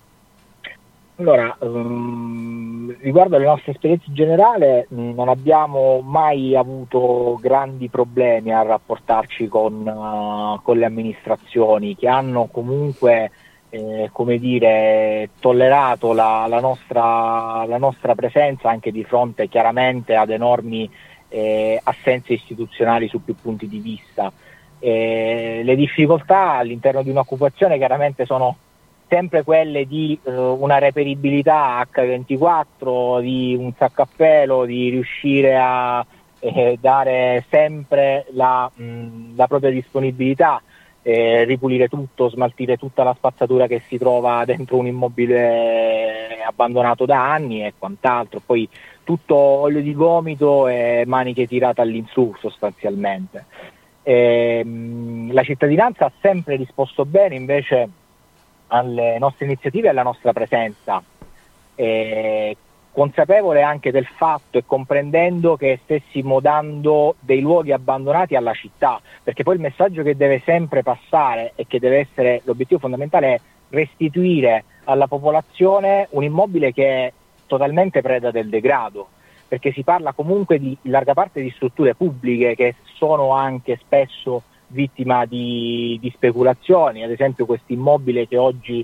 Allora, riguardo alle nostre esperienze in generale, non abbiamo mai avuto grandi problemi a rapportarci con le amministrazioni, che hanno comunque come dire, tollerato la nostra presenza anche di fronte chiaramente ad enormi assenze istituzionali su più punti di vista. Le difficoltà all'interno di un'occupazione chiaramente sono sempre quelle di una reperibilità H24, di un sacco a pelo, di riuscire a dare sempre la propria disponibilità, ripulire tutto, smaltire tutta la spazzatura che si trova dentro un immobile abbandonato da anni e quant'altro. Poi tutto olio di gomito e maniche tirate all'insù sostanzialmente. La cittadinanza ha sempre risposto bene invece alle nostre iniziative e alla nostra presenza, consapevole anche del fatto e comprendendo che stessimo dando dei luoghi abbandonati alla città, perché poi il messaggio che deve sempre passare e che deve essere l'obiettivo fondamentale è restituire alla popolazione un immobile che è totalmente preda del degrado, perché si parla comunque di larga parte di strutture pubbliche che sono anche spesso vittima di speculazioni. Ad esempio questo immobile che oggi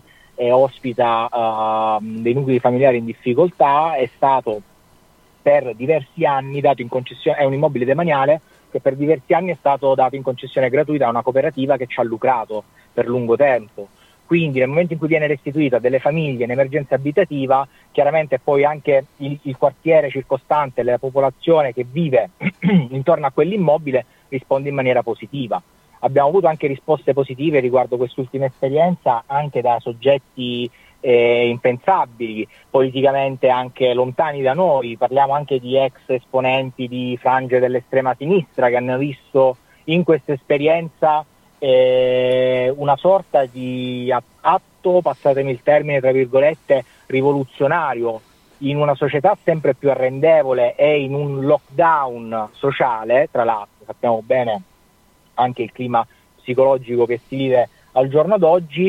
ospita dei nuclei familiari in difficoltà è stato per diversi anni dato in concessione, è un immobile demaniale che per diversi anni è stato dato in concessione gratuita a una cooperativa che ci ha lucrato per lungo tempo. Quindi nel momento in cui viene restituito a delle famiglie in emergenza abitativa, chiaramente poi anche il quartiere circostante, la popolazione che vive intorno a quell'immobile risponde in maniera positiva. Abbiamo avuto anche risposte positive riguardo quest'ultima esperienza anche da soggetti impensabili, politicamente anche lontani da noi. Parliamo anche di ex esponenti di frange dell'estrema sinistra che hanno visto in questa esperienza una sorta di atto, passatemi il termine tra virgolette, rivoluzionario in una società sempre più arrendevole e in un lockdown sociale. Tra l'altro sappiamo bene anche il clima psicologico che si vive al giorno d'oggi.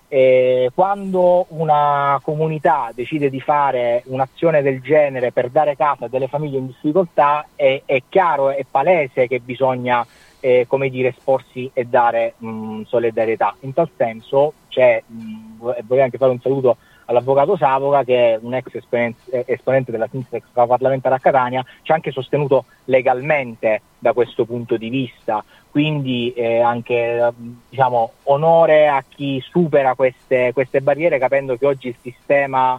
Quando una comunità decide di fare un'azione del genere per dare casa a delle famiglie in difficoltà, è chiaro, è palese che bisogna come dire, esporsi e dare solidarietà. In tal senso vorrei anche fare un saluto all'avvocato Savoca, che è un ex esponente della sinistra extraparlamentare a Catania, ci ha anche sostenuto legalmente da questo punto di vista. Quindi anche diciamo onore a chi supera queste barriere, capendo che oggi il sistema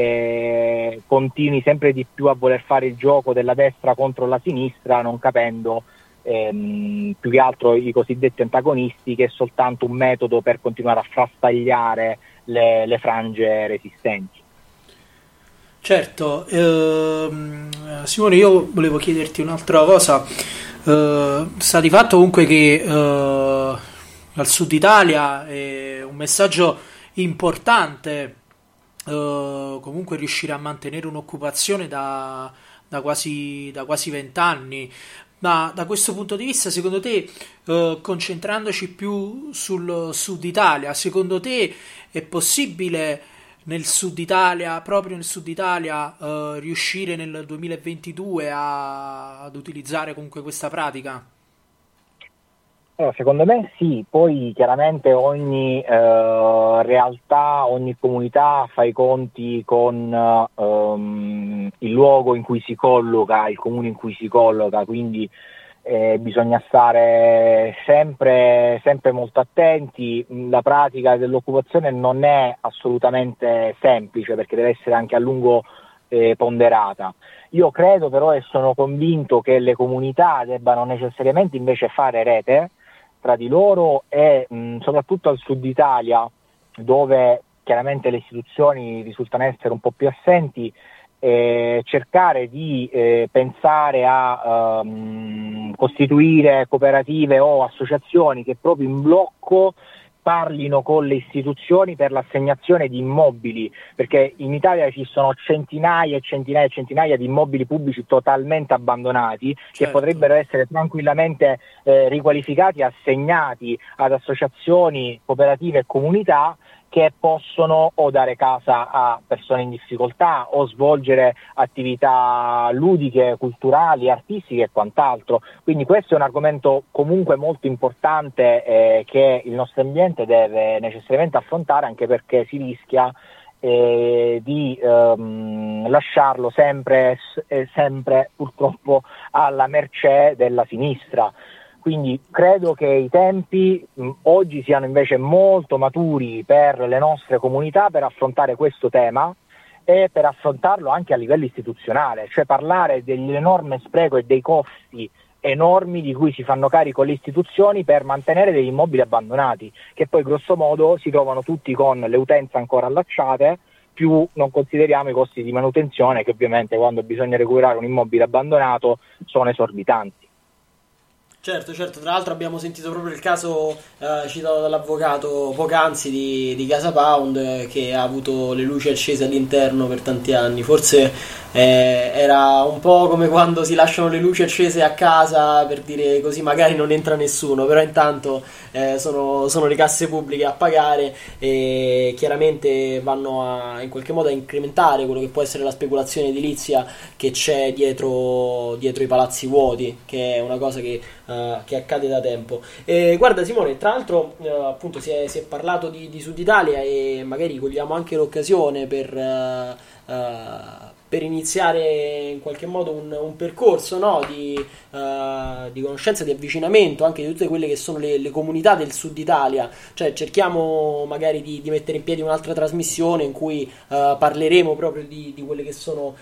continui sempre di più a voler fare il gioco della destra contro la sinistra, non capendo più che altro i cosiddetti antagonisti, che è soltanto un metodo per continuare a frastagliare le frange resistenti. Certo, Simone, io volevo chiederti un'altra cosa. Sta di fatto comunque che al sud Italia è un messaggio importante comunque riuscire a mantenere un'occupazione da quasi 20 anni. da questo punto di vista, secondo te, concentrandoci più sul Sud Italia, secondo te è possibile proprio nel Sud Italia, riuscire nel 2022 ad utilizzare comunque questa pratica? Secondo me sì, poi chiaramente ogni realtà, ogni comunità fa i conti con il luogo in cui si colloca, il comune in cui si colloca, quindi bisogna stare sempre molto attenti. La pratica dell'occupazione non è assolutamente semplice perché deve essere anche a lungo ponderata. Io credo però e sono convinto che le comunità debbano necessariamente invece fare rete tra di loro e soprattutto al Sud Italia, dove chiaramente le istituzioni risultano essere un po' più assenti, cercare di pensare a costituire cooperative o associazioni che proprio in blocco parlino con le istituzioni per l'assegnazione di immobili, perché in Italia ci sono centinaia e centinaia e centinaia di immobili pubblici totalmente abbandonati, che potrebbero essere tranquillamente riqualificati e assegnati ad associazioni, cooperative e comunità che possono o dare casa a persone in difficoltà o svolgere attività ludiche, culturali, artistiche e quant'altro. Quindi questo è un argomento comunque molto importante che il nostro ambiente deve necessariamente affrontare, anche perché si rischia di lasciarlo sempre purtroppo alla mercé della sinistra. Quindi credo che i tempi oggi siano invece molto maturi per le nostre comunità per affrontare questo tema e per affrontarlo anche a livello istituzionale, cioè parlare dell'enorme spreco e dei costi enormi di cui si fanno carico le istituzioni per mantenere degli immobili abbandonati, che poi grosso modo si trovano tutti con le utenze ancora allacciate, più non consideriamo i costi di manutenzione che ovviamente quando bisogna recuperare un immobile abbandonato sono esorbitanti. Certo, tra l'altro abbiamo sentito proprio il caso citato dall'avvocato poc'anzi di Casa Pound, che ha avuto le luci accese all'interno per tanti anni. Forse era un po' come quando si lasciano le luci accese a casa per dire così magari non entra nessuno, però intanto sono le casse pubbliche a pagare e chiaramente vanno in qualche modo a incrementare quello che può essere la speculazione edilizia che c'è dietro i palazzi vuoti, che è una cosa che accade da tempo. Guarda Simone, tra l'altro appunto si è parlato di Sud Italia e magari cogliamo anche l'occasione per iniziare in qualche modo un percorso, no? di conoscenza, di avvicinamento anche di tutte quelle che sono le comunità del Sud Italia. Cioè cerchiamo magari di mettere in piedi un'altra trasmissione in cui parleremo proprio di quelle che sono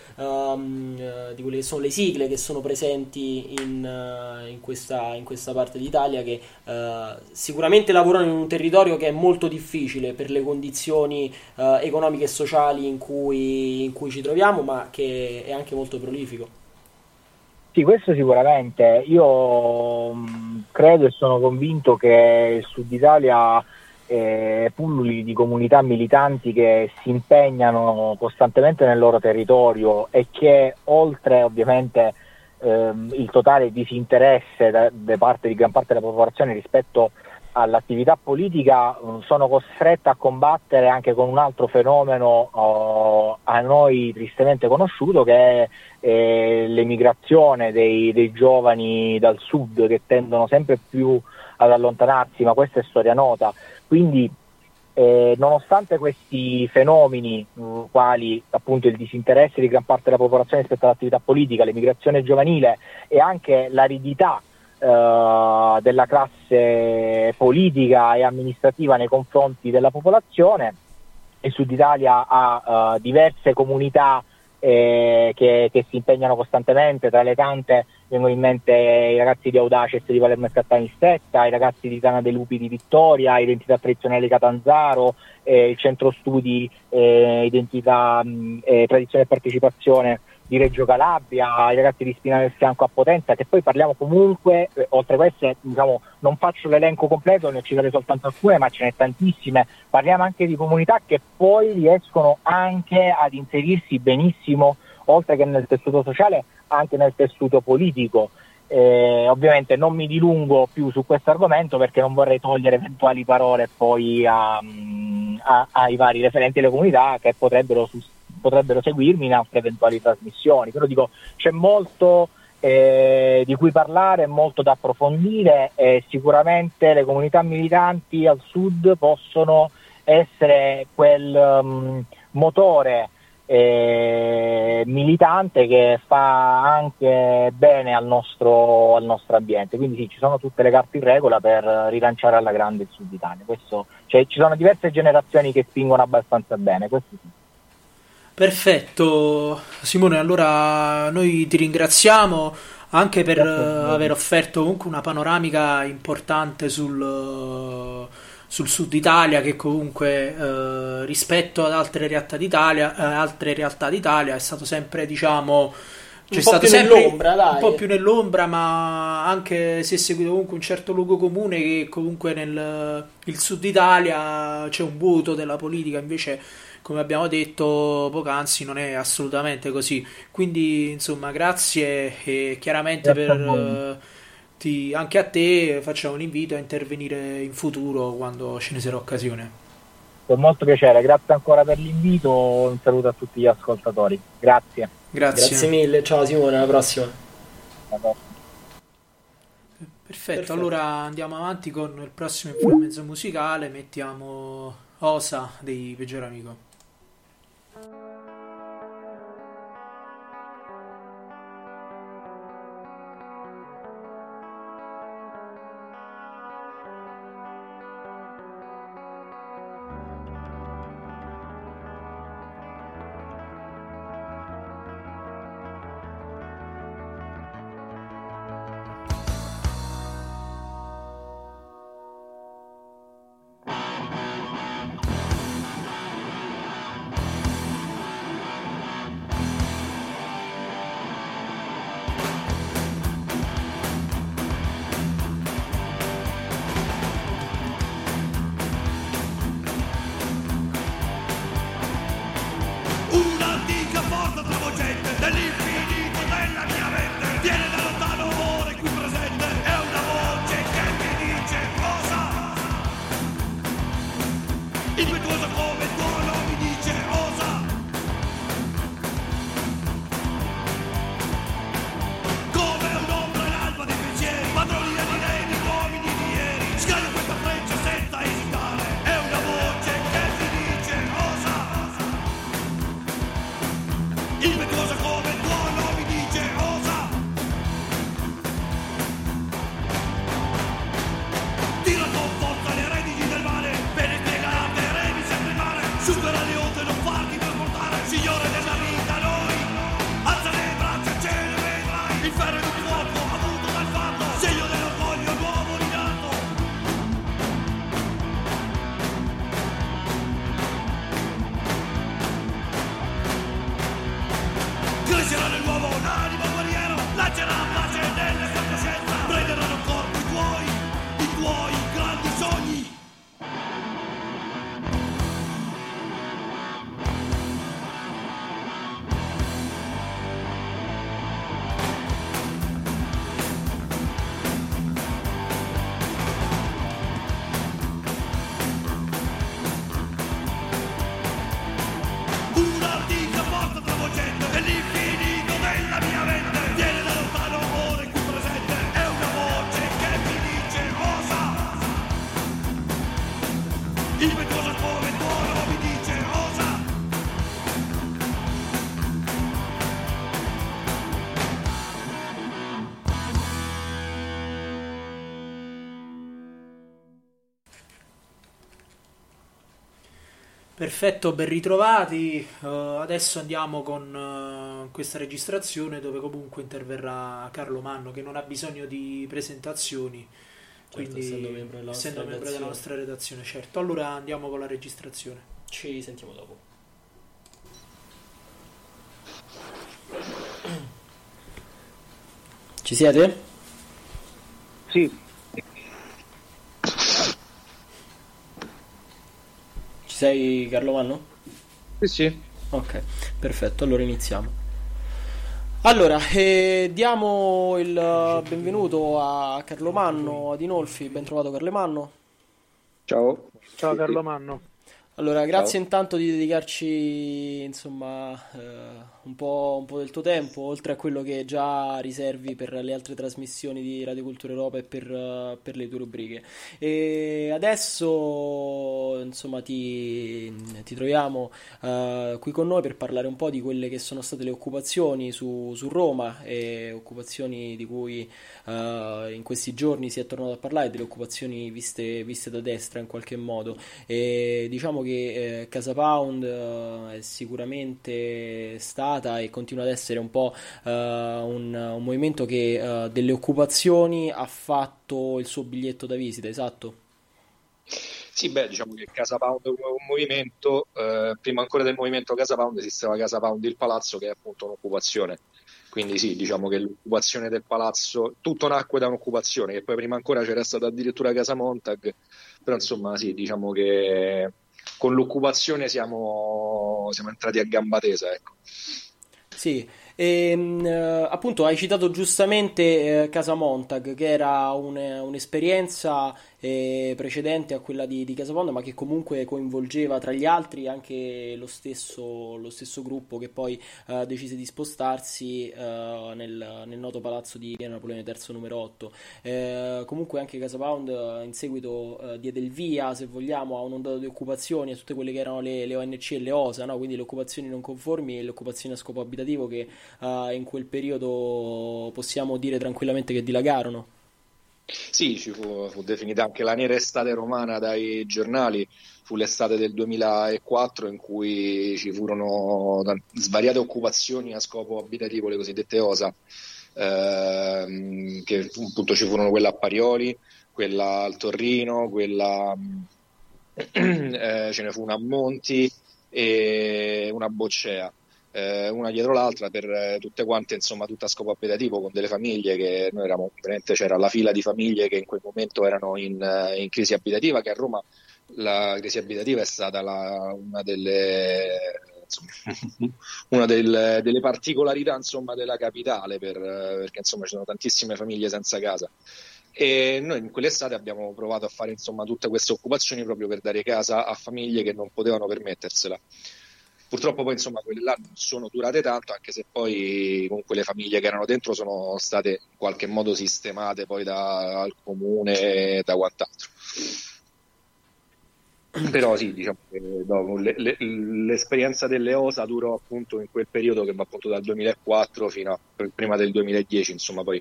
di quelle che sono le sigle che sono presenti in questa parte d'Italia, che sicuramente lavorano in un territorio che è molto difficile per le condizioni economiche e sociali in cui ci troviamo, ma che è anche molto prolifico. Sì, questo sicuramente. Io credo e sono convinto che il Sud Italia pulluli di comunità militanti che si impegnano costantemente nel loro territorio e che oltre ovviamente il totale disinteresse da parte di gran parte della popolazione rispetto all'attività politica, sono costretta a combattere anche con un altro fenomeno a noi tristemente conosciuto, che è l'emigrazione dei giovani dal sud, che tendono sempre più ad allontanarsi, ma questa è storia nota. Quindi nonostante questi fenomeni quali appunto il disinteresse di gran parte della popolazione rispetto all'attività politica, l'emigrazione giovanile e anche l'aridità della classe politica e amministrativa nei confronti della popolazione, il Sud Italia ha diverse comunità che si impegnano costantemente. Tra le tante vengono in mente i ragazzi di Audaces di Palermo e Cattani Stetta, i ragazzi di Tana dei Lupi di Vittoria, Identità Tradizionale di Catanzaro, il Centro Studi Identità Tradizione e Partecipazione di Reggio Calabria, i ragazzi di Spina del Fianco a Potenza, che poi parliamo comunque, oltre a queste, diciamo, non faccio l'elenco completo, ne ho citate soltanto alcune, ma ce n'è tantissime. Parliamo anche di comunità che poi riescono anche ad inserirsi benissimo, oltre che nel tessuto sociale, anche nel tessuto politico. Ovviamente non mi dilungo più su questo argomento perché non vorrei togliere eventuali parole poi ai vari referenti delle comunità che potrebbero seguirmi in altre eventuali trasmissioni, però dico, c'è molto di cui parlare, molto da approfondire, e sicuramente le comunità militanti al sud possono essere quel motore militante che fa anche bene al nostro ambiente. Quindi sì, ci sono tutte le carte in regola per rilanciare alla grande il Sud Italia. Ci sono diverse generazioni che spingono abbastanza bene, questo sì. Perfetto, Simone, allora noi ti ringraziamo anche per aver offerto comunque una panoramica importante sul Sud Italia, che comunque rispetto ad altre realtà d'Italia è stato sempre, diciamo, c'è stato sempre un po' più nell'ombra, ma anche si è seguito comunque un certo luogo comune, che comunque nel Sud Italia c'è un vuoto della politica. Invece, come abbiamo detto poc'anzi, non è assolutamente così. Quindi insomma, grazie, e chiaramente anche a te facciamo un invito a intervenire in futuro quando ce ne sarà occasione. Con molto piacere, grazie ancora per l'invito, un saluto a tutti gli ascoltatori. Grazie mille, ciao Simone, alla prossima. Perfetto, allora andiamo avanti con il prossimo influenzo musicale. Mettiamo Osa dei Peggior Amico. Perfetto, ben ritrovati. Adesso andiamo con questa registrazione, dove comunque interverrà Carlo Manno, che non ha bisogno di presentazioni, certo, quindi essendo membro della nostra redazione. Certo, allora andiamo con la registrazione. Ci sentiamo dopo. Ci siete? Sì. Sei Carlo Manno? Sì. Ok, perfetto, allora iniziamo. Allora, diamo il benvenuto a Carlo Manno ad Inolfi. Ben trovato Carlo Manno. Ciao. Ciao Carlo Manno. Allora, grazie intanto di dedicarci insomma un po' del tuo tempo, oltre a quello che già riservi per le altre trasmissioni di Radio Cultura Europa e per le tue rubriche. E adesso insomma ti troviamo qui con noi per parlare un po' di quelle che sono state le occupazioni su Roma, e occupazioni di cui in questi giorni si è tornato a parlare, delle occupazioni viste da destra in qualche modo. E diciamo che Casa Pound è sicuramente stata e continua ad essere un po' un movimento che delle occupazioni ha fatto il suo biglietto da visita, esatto? Sì, diciamo che Casa Pound è un movimento, prima ancora del movimento Casa Pound esisteva Casa Pound il Palazzo, che è appunto un'occupazione. Quindi sì, diciamo che l'occupazione del palazzo, tutto nacque da un'occupazione, che poi prima ancora c'era stata addirittura Casa Montag, però insomma sì, diciamo che con l'occupazione siamo entrati a gamba tesa, ecco. Sì, appunto hai citato giustamente Casa Montag, che era un'esperienza precedente a quella di Casa Pound, ma che comunque coinvolgeva tra gli altri anche lo stesso gruppo che poi decise di spostarsi nel noto palazzo di Via Napoleone III numero 8. Comunque anche Casa Pound in seguito diede il via, se vogliamo, a un'ondata di occupazioni a tutte quelle che erano le ONC e le OSA, no? Quindi le occupazioni non conformi e le occupazioni a scopo abitativo, che in quel periodo possiamo dire tranquillamente che dilagarono. Sì, ci fu definita anche la nera estate romana dai giornali, fu l'estate del 2004 in cui ci furono svariate occupazioni a scopo abitativo, le cosiddette OSA, che appunto ci furono quella a Parioli, quella al Torrino, quella ce ne fu una a Monti e una a Boccea. Una dietro l'altra per tutte quante, insomma, tutte a scopo abitativo, con delle famiglie che noi eravamo, veramente c'era la fila di famiglie che in quel momento erano in crisi abitativa, che a Roma la crisi abitativa è stata una delle particolarità, insomma, della capitale, perché insomma ci sono tantissime famiglie senza casa. E noi in quell'estate abbiamo provato a fare, insomma, tutte queste occupazioni proprio per dare casa a famiglie che non potevano permettersela. Purtroppo poi, insomma, quelle là non sono durate tanto, anche se poi comunque le famiglie che erano dentro sono state in qualche modo sistemate poi dal comune e da quant'altro. Però sì, diciamo che dopo l'esperienza delle OSA durò appunto in quel periodo, che va appunto dal 2004 fino a prima del 2010, insomma, poi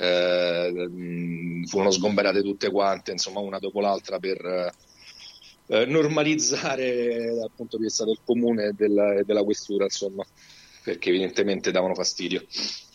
furono sgomberate tutte quante, insomma, una dopo l'altra per normalizzare dal punto di vista del comune e della questura, insomma, perché evidentemente davano fastidio.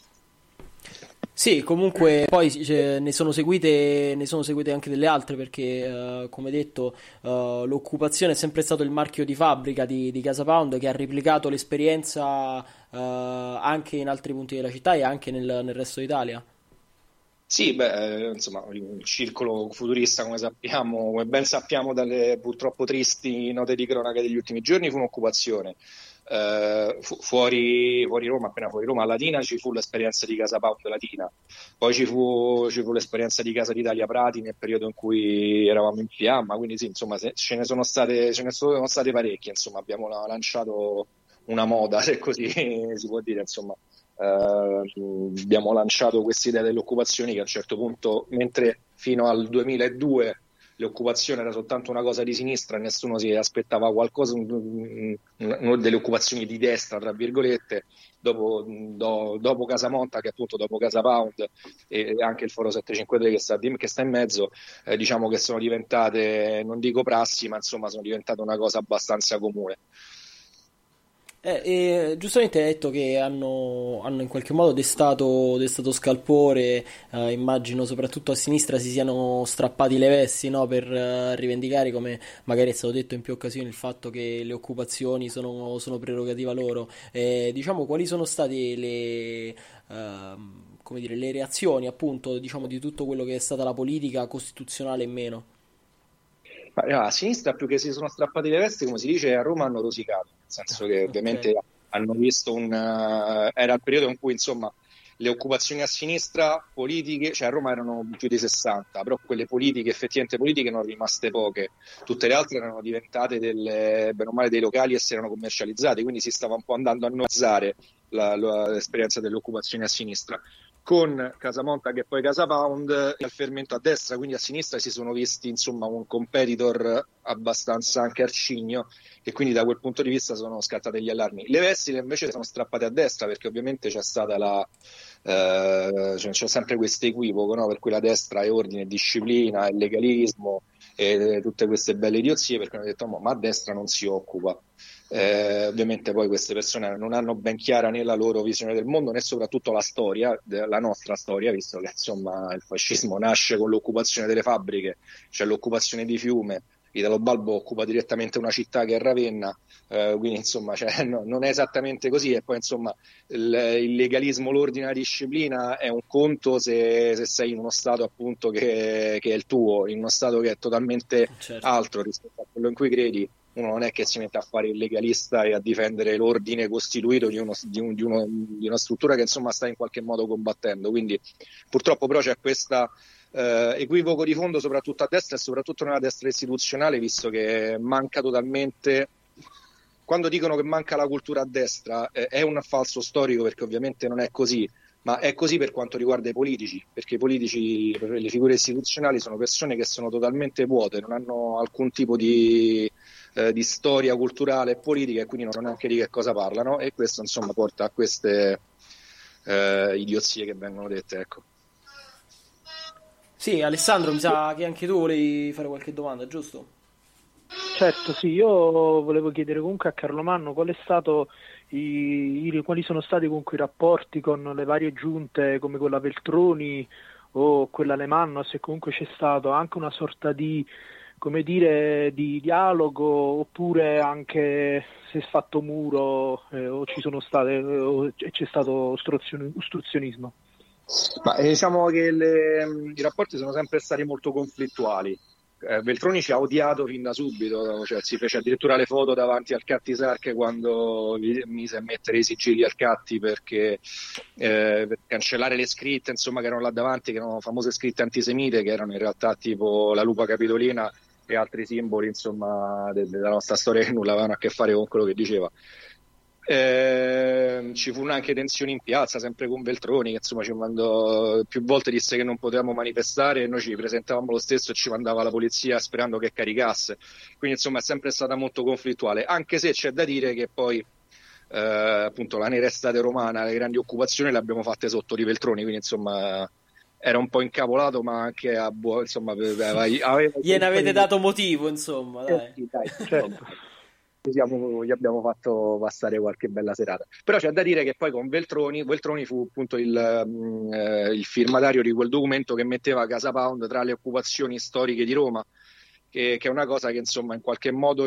Sì, comunque poi ne sono seguite anche delle altre, perché come detto l'occupazione è sempre stato il marchio di fabbrica di Casa Pound, che ha replicato l'esperienza anche in altri punti della città e anche nel resto d'Italia. Sì, insomma, il circolo futurista, come ben sappiamo dalle purtroppo tristi note di cronaca degli ultimi giorni, fu un'occupazione. Fuori Roma, appena fuori Roma, a Latina ci fu l'esperienza di Casa Pound Latina, poi ci fu l'esperienza di Casa d'Italia Prati nel periodo in cui eravamo in fiamma, quindi sì, insomma, ce ne sono state parecchie, insomma, abbiamo lanciato una moda, se così si può dire, insomma. Abbiamo lanciato questa idea delle occupazioni, che a un certo punto, mentre fino al 2002 l'occupazione era soltanto una cosa di sinistra, nessuno si aspettava qualcosa, delle occupazioni di destra, tra virgolette, dopo Casa Monta, che appunto dopo Casa Pound e anche il Foro 753 che sta in mezzo, diciamo che sono diventate, non dico prassi, ma insomma sono diventate una cosa abbastanza comune. Giustamente hai detto che hanno in qualche modo destato scalpore, immagino soprattutto a sinistra si siano strappati le vesti, no? Per rivendicare, come magari è stato detto in più occasioni, il fatto che le occupazioni sono prerogativa loro. Diciamo, quali sono state le reazioni, appunto, diciamo, di tutto quello che è stata la politica costituzionale e meno? A sinistra, più che si sono strappati le vesti, come si dice a Roma, hanno rosicato, nel senso che ovviamente hanno visto era il periodo in cui insomma le occupazioni a sinistra politiche, cioè a Roma erano più di 60, però quelle politiche, effettivamente politiche, erano rimaste poche, tutte le altre erano diventate bene o male dei locali e si erano commercializzate, quindi si stava un po' andando a nozzare l'esperienza delle occupazioni a sinistra. Con Casamonta che poi Casa Pound il fermento a destra, quindi a sinistra si sono visti insomma un competitor abbastanza anche arcigno, e quindi da quel punto di vista sono scattati gli allarmi. Le vestite invece sono strappate a destra, perché ovviamente c'è stata c'è sempre questo equivoco, no? Per cui la destra è ordine e disciplina, è legalismo e tutte queste belle idiozie, perché hanno detto ma a destra non si occupa. Ovviamente poi queste persone non hanno ben chiara né la loro visione del mondo né soprattutto la storia, la nostra storia, visto che insomma il fascismo nasce con l'occupazione delle fabbriche, cioè l'occupazione di Fiume. Italo Balbo occupa direttamente una città che è Ravenna, quindi insomma non è esattamente così. E poi insomma il legalismo, l'ordine e la disciplina è un conto se sei in uno stato appunto che è il tuo, in uno stato che è totalmente altro rispetto a quello in cui credi. Uno non è che si mette a fare il legalista e a difendere l'ordine costituito di una struttura che insomma sta in qualche modo combattendo. Quindi purtroppo però c'è questo equivoco di fondo soprattutto a destra e soprattutto nella destra istituzionale, visto che manca totalmente. Quando dicono che manca la cultura a destra è un falso storico, perché ovviamente non è così, ma è così per quanto riguarda i politici, perché i politici, le figure istituzionali sono persone che sono totalmente vuote, non hanno alcun tipo di storia culturale e politica, e quindi non sanno neanche di che cosa parlano, e questo insomma porta a queste idiozie che vengono dette, ecco. Sì, Alessandro, mi sa che anche tu volevi fare qualche domanda, giusto? Certo, sì, io volevo chiedere comunque a Carlo Manno quali sono stati comunque i rapporti con le varie giunte come quella Veltroni o quella Alemanno, se comunque c'è stato anche una sorta di, come dire, di dialogo, oppure anche se è fatto muro o ci sono state o c'è stato ostruzionismo. Ma diciamo che i rapporti sono sempre stati molto conflittuali. Veltroni ci ha odiato fin da subito, cioè si fece addirittura le foto davanti al Cattisarche quando mise a mettere i sigilli al Catti per cancellare le scritte, insomma, che erano là davanti, che erano famose scritte antisemite, che erano in realtà tipo la lupa capitolina e altri simboli, insomma, della nostra storia, che nulla avevano a che fare con quello che diceva. Ci furono anche tensioni in piazza, sempre con Veltroni, che insomma ci mandò, più volte disse che non potevamo manifestare, e noi ci presentavamo lo stesso e ci mandava la polizia sperando che caricasse. Quindi insomma è sempre stata molto conflittuale, anche se c'è da dire che poi appunto la nera estate romana, le grandi occupazioni le abbiamo fatte sotto di Veltroni, quindi insomma era un po' incavolato, ma anche insomma gliene avete dato motivo, insomma, dai. Sì, dai, certo. Gli abbiamo fatto passare qualche bella serata, però c'è da dire che poi con Veltroni fu appunto il firmatario di quel documento che metteva Casa Pound tra le occupazioni storiche di Roma, che è una cosa che insomma in qualche modo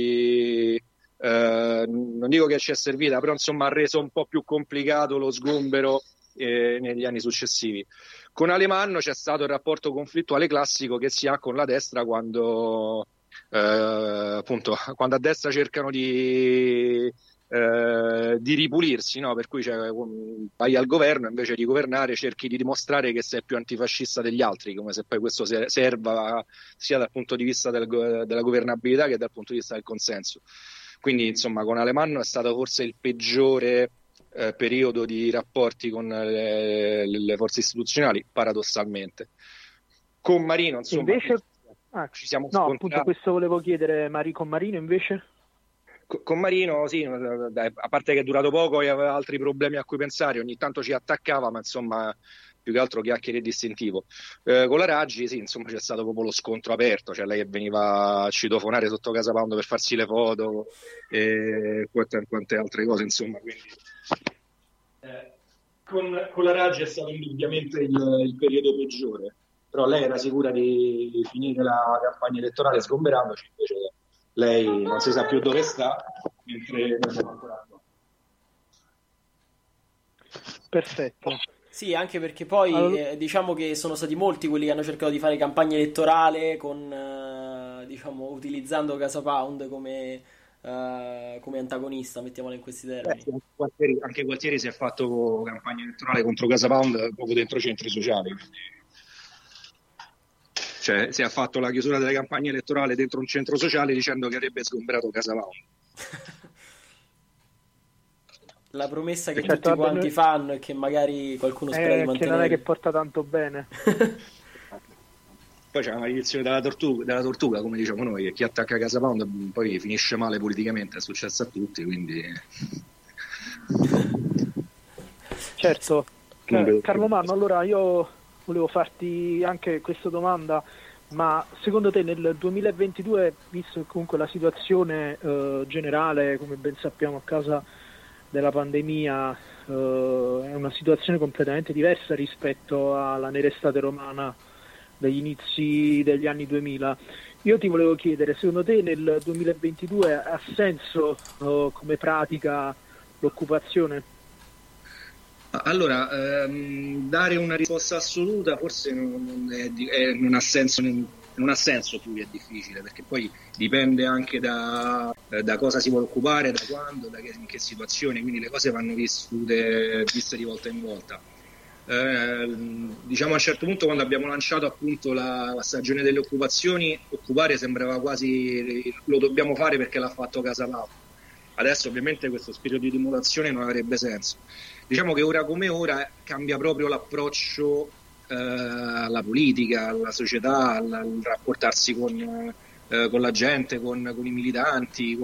non dico che ci è servita, però insomma ha reso un po' più complicato lo sgombero negli anni successivi. Con Alemanno c'è stato il rapporto conflittuale classico che si ha con la destra quando appunto quando a destra cercano di ripulirsi, no? Per cui vai al governo, invece di governare cerchi di dimostrare che sei più antifascista degli altri, come se poi questo serva sia dal punto di vista della governabilità che dal punto di vista del consenso. Quindi insomma con Alemanno è stato forse il peggiore periodo di rapporti con le forze istituzionali, paradossalmente. Con Marino insomma invece ci siamo scontrati. Appunto questo volevo chiedere, con Marino invece? Con Marino sì, a parte che è durato poco e aveva altri problemi a cui pensare, ogni tanto ci attaccava, ma insomma più che altro chiacchiere e distintivo. Con la Raggi sì, insomma c'è stato proprio lo scontro aperto, cioè lei veniva a citofonare sotto Casa Pound per farsi le foto e quante altre cose, insomma, quindi con la Raggi è stato indubbiamente il periodo peggiore, però lei era sicura di finire la campagna elettorale sgomberandoci, invece lei non si sa più dove sta, mentre noi siamo ancora qua. Perfetto. Sì, anche perché poi diciamo che sono stati molti quelli che hanno cercato di fare campagna elettorale con diciamo utilizzando Casa Pound come come antagonista, mettiamola in questi termini. Anche Gualtieri si è fatto campagna elettorale contro Casa Pound proprio dentro i centri sociali, quindi... cioè si è fatto la chiusura delle campagne elettorali dentro un centro sociale dicendo che avrebbe sgombrato Casa Pound. La promessa che tutti quanti fanno e che magari qualcuno spera di mantenere. Che non è che porta tanto bene. Poi c'è la maledizione della tortuga, come diciamo noi, che chi attacca Casa Pound poi finisce male politicamente, è successo a tutti, quindi... Certo. Carlo Manno, allora io volevo farti anche questa domanda, ma secondo te nel 2022, visto che comunque la situazione generale, come ben sappiamo a causa della pandemia, è una situazione completamente diversa rispetto alla nera estate romana dagli inizi degli anni 2000. Io ti volevo chiedere, secondo te nel 2022 ha senso come pratica l'occupazione? Allora, dare una risposta assoluta forse non ha senso, non ha senso, più è difficile, perché poi dipende anche da cosa si vuole occupare, da quando, in che situazione, quindi le cose vanno viste di volta in volta. Diciamo a un certo punto, quando abbiamo lanciato appunto la stagione delle occupazioni, occupare sembrava quasi lo dobbiamo fare perché l'ha fatto Casa Pound. Adesso ovviamente questo spirito di emulazione non avrebbe senso. Diciamo che ora come ora cambia proprio l'approccio alla politica, alla società, al rapportarsi con la gente, con i militanti,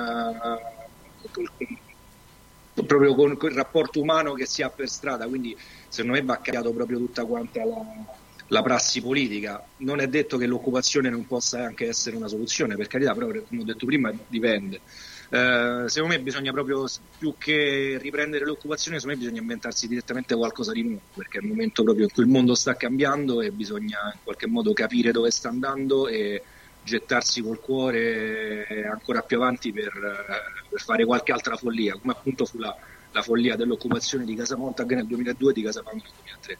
proprio con il rapporto umano che si ha per strada, quindi secondo me va cambiato proprio tutta quanta la prassi politica. Non è detto che l'occupazione non possa anche essere una soluzione, per carità, però come ho detto prima dipende. Secondo me bisogna proprio, più che riprendere l'occupazione, secondo me bisogna inventarsi direttamente qualcosa di nuovo, perché è il momento proprio in cui il mondo sta cambiando e bisogna in qualche modo capire dove sta andando e gettarsi col cuore ancora più avanti per fare qualche altra follia, come appunto fu la follia dell'occupazione di Casa Montag nel 2002 e di Casa Pound nel 2003.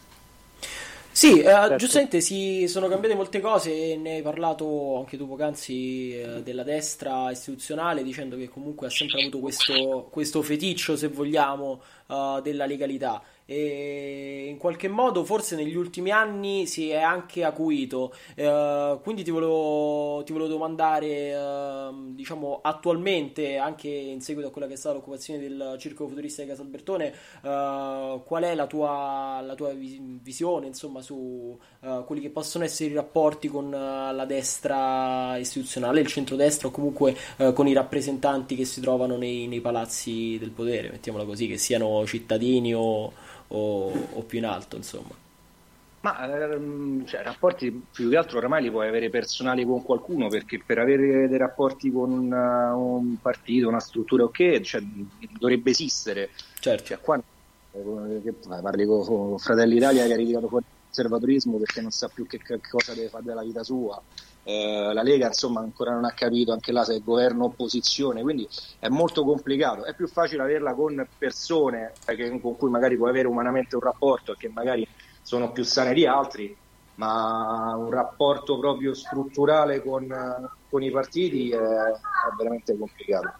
Sì, certo. Giustamente sono cambiate molte cose, ne hai parlato anche tu poc'anzi della destra istituzionale, dicendo che comunque ha sempre avuto questo feticcio, se vogliamo, della legalità, e in qualche modo forse negli ultimi anni si è anche acuito, quindi ti volevo domandare, diciamo attualmente, anche in seguito a quella che è stata l'occupazione del Circolo Futurista di Casalbertone, qual è la tua visione, insomma, su quelli che possono essere i rapporti con la destra istituzionale, il centrodestra, o comunque con i rappresentanti che si trovano nei palazzi del potere, mettiamola così, che siano cittadini o più in alto, insomma. Ma cioè, rapporti più che altro oramai li puoi avere personali con qualcuno, perché per avere dei rapporti con un partito, una struttura, ok, cioè, dovrebbe esistere. Certo. Cioè, qua parli con Fratelli Italia che è arrivato fuori il conservatorismo perché non sa più che cosa deve fare della vita sua. La Lega insomma ancora non ha capito anche là se è governo o opposizione, quindi è molto complicato. È più facile averla con persone con cui magari puoi avere umanamente un rapporto e che magari sono più sane di altri, ma un rapporto proprio strutturale con i partiti è veramente complicato.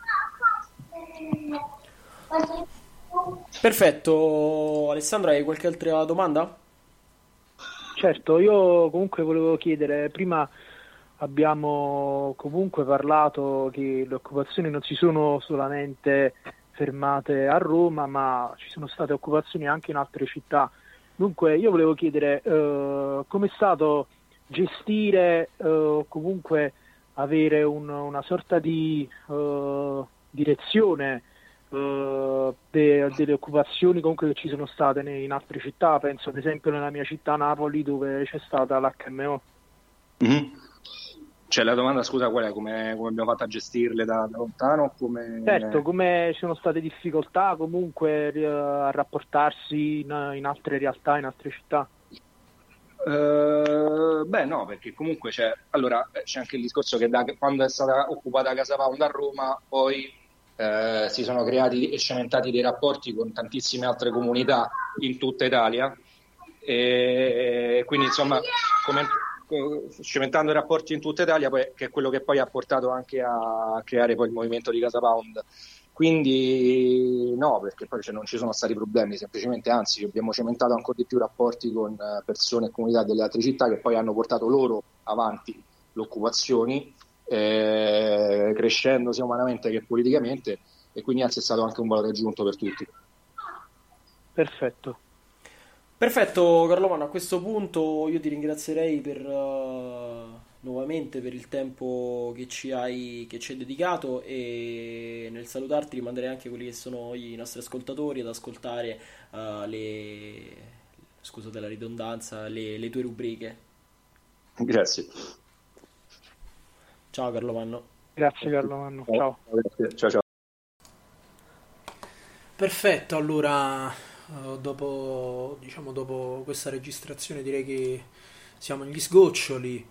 Perfetto. Alessandro, hai qualche altra domanda? Certo, io comunque volevo chiedere, prima abbiamo comunque parlato che le occupazioni non si sono solamente fermate a Roma, ma ci sono state occupazioni anche in altre città. Dunque io volevo chiedere come è stato gestire o comunque avere una sorta di direzione delle occupazioni comunque che ci sono state in altre città. Penso ad esempio nella mia città Napoli, dove c'è stata l'HMO. Mm-hmm. Cioè la domanda, scusa, qual è? Come abbiamo fatto a gestirle da lontano? Certo, come ci sono state difficoltà comunque a rapportarsi in altre realtà, in altre città? Beh no, perché comunque c'è anche il discorso che quando è stata occupata Casa Pound a Roma poi si sono creati e cementati dei rapporti con tantissime altre comunità in tutta Italia, e quindi insomma cementando i rapporti in tutta Italia, poi, che è quello che poi ha portato anche a creare poi il movimento di Casa Pound. Quindi no, perché poi non ci sono stati problemi, semplicemente anzi abbiamo cementato ancora di più rapporti con persone e comunità delle altre città che poi hanno portato loro avanti le occupazioni, crescendo sia umanamente che politicamente, e quindi anzi è stato anche un valore aggiunto per tutti. Perfetto Carlo Manno, a questo punto io ti ringrazierei nuovamente per il tempo che ci hai dedicato, e nel salutarti rimanderei anche quelli che sono i nostri ascoltatori ad ascoltare scusa della ridondanza, le tue rubriche. Grazie. Ciao Carlo Manno. Grazie Carlo Manno, ciao. Ciao. Perfetto, allora dopo questa registrazione direi che siamo agli sgoccioli.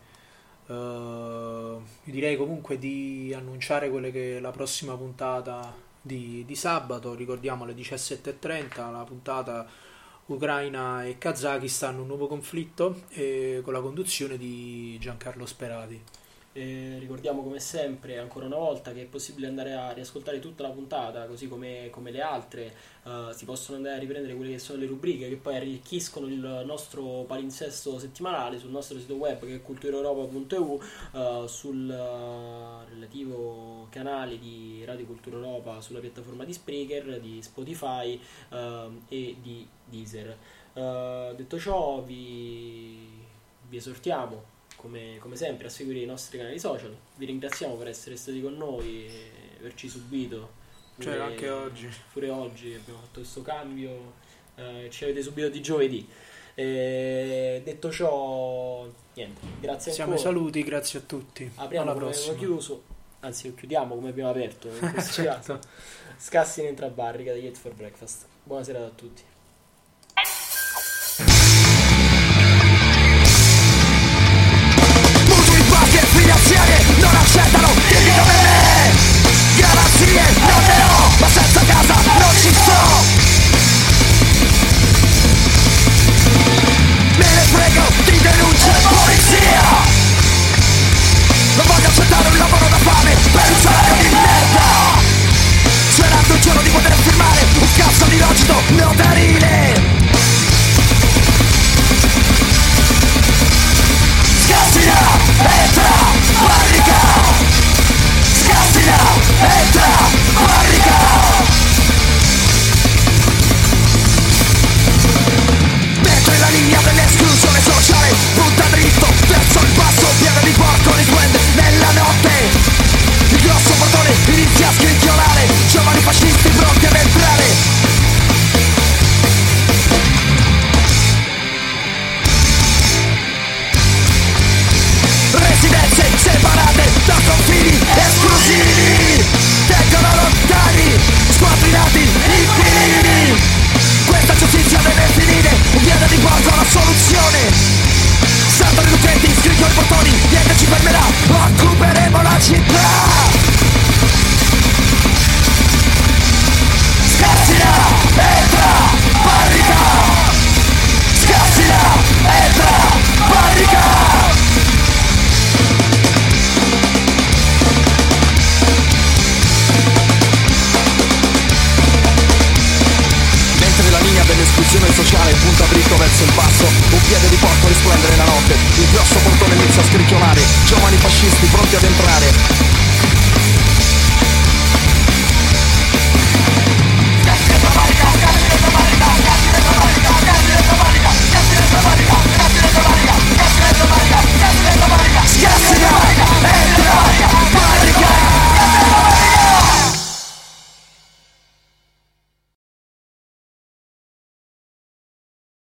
Direi comunque di annunciare quelle che è la prossima puntata di sabato. Ricordiamo alle 17:30 la puntata Ucraina e Kazakistan, un nuovo conflitto, con la conduzione di Giancarlo Sperati. Ricordiamo come sempre ancora una volta che è possibile andare a riascoltare tutta la puntata, così come le altre. Si possono andare a riprendere quelle che sono le rubriche che poi arricchiscono il nostro palinsesto settimanale sul nostro sito web, che è culturaeuropa.eu, sul relativo canale di Radio Cultura Europa sulla piattaforma di Spreaker, di Spotify e di Deezer. Detto ciò, vi esortiamo come sempre a seguire i nostri canali social. Vi ringraziamo per essere stati con noi e averci subito anche oggi. Pure oggi abbiamo fatto questo cambio, ci avete subito di giovedì. Detto ciò, niente, grazie siamo ancora. Saluti, grazie a tutti. Apriamo come abbiamo chiuso, anzi chiudiamo come abbiamo aperto in questo caso. Scassi in Entrabarrica di Eat for Breakfast. Buonasera a tutti. Non accettano chi vive come me. Garanzie non ne ho, ma senza casa non ci sto. Me ne frego di denunce e polizia. Non voglio accettare un lavoro da fame per un salario di merda. Sperando il giorno di poter firmare un cazzo di logito notarile. Scassina, entra, barrica. Scassina, entra, barrica. Mentre la linea dell'esclusione sociale punta dritto verso il basso, piede di porco risplende nella notte. Il grosso portone inizia a scricchiolare, giovani fascisti pronti ad entrare. Residenze separate da confini esclusivi, tengono lontani, squadrinati, inquilini. Questa giustizia deve finire, un piede di porco la soluzione. Saltano i lucchetti, scricchiano i portoni, niente ci fermerà, occuperemo la città. Scassina, entra, barrica. Scassina, entra, barrica. Dell'esclusione sociale punta dritto verso il basso, un piede di porco risplende nella notte, il grosso portone inizia a scricchiolare, giovani fascisti pronti ad entrare.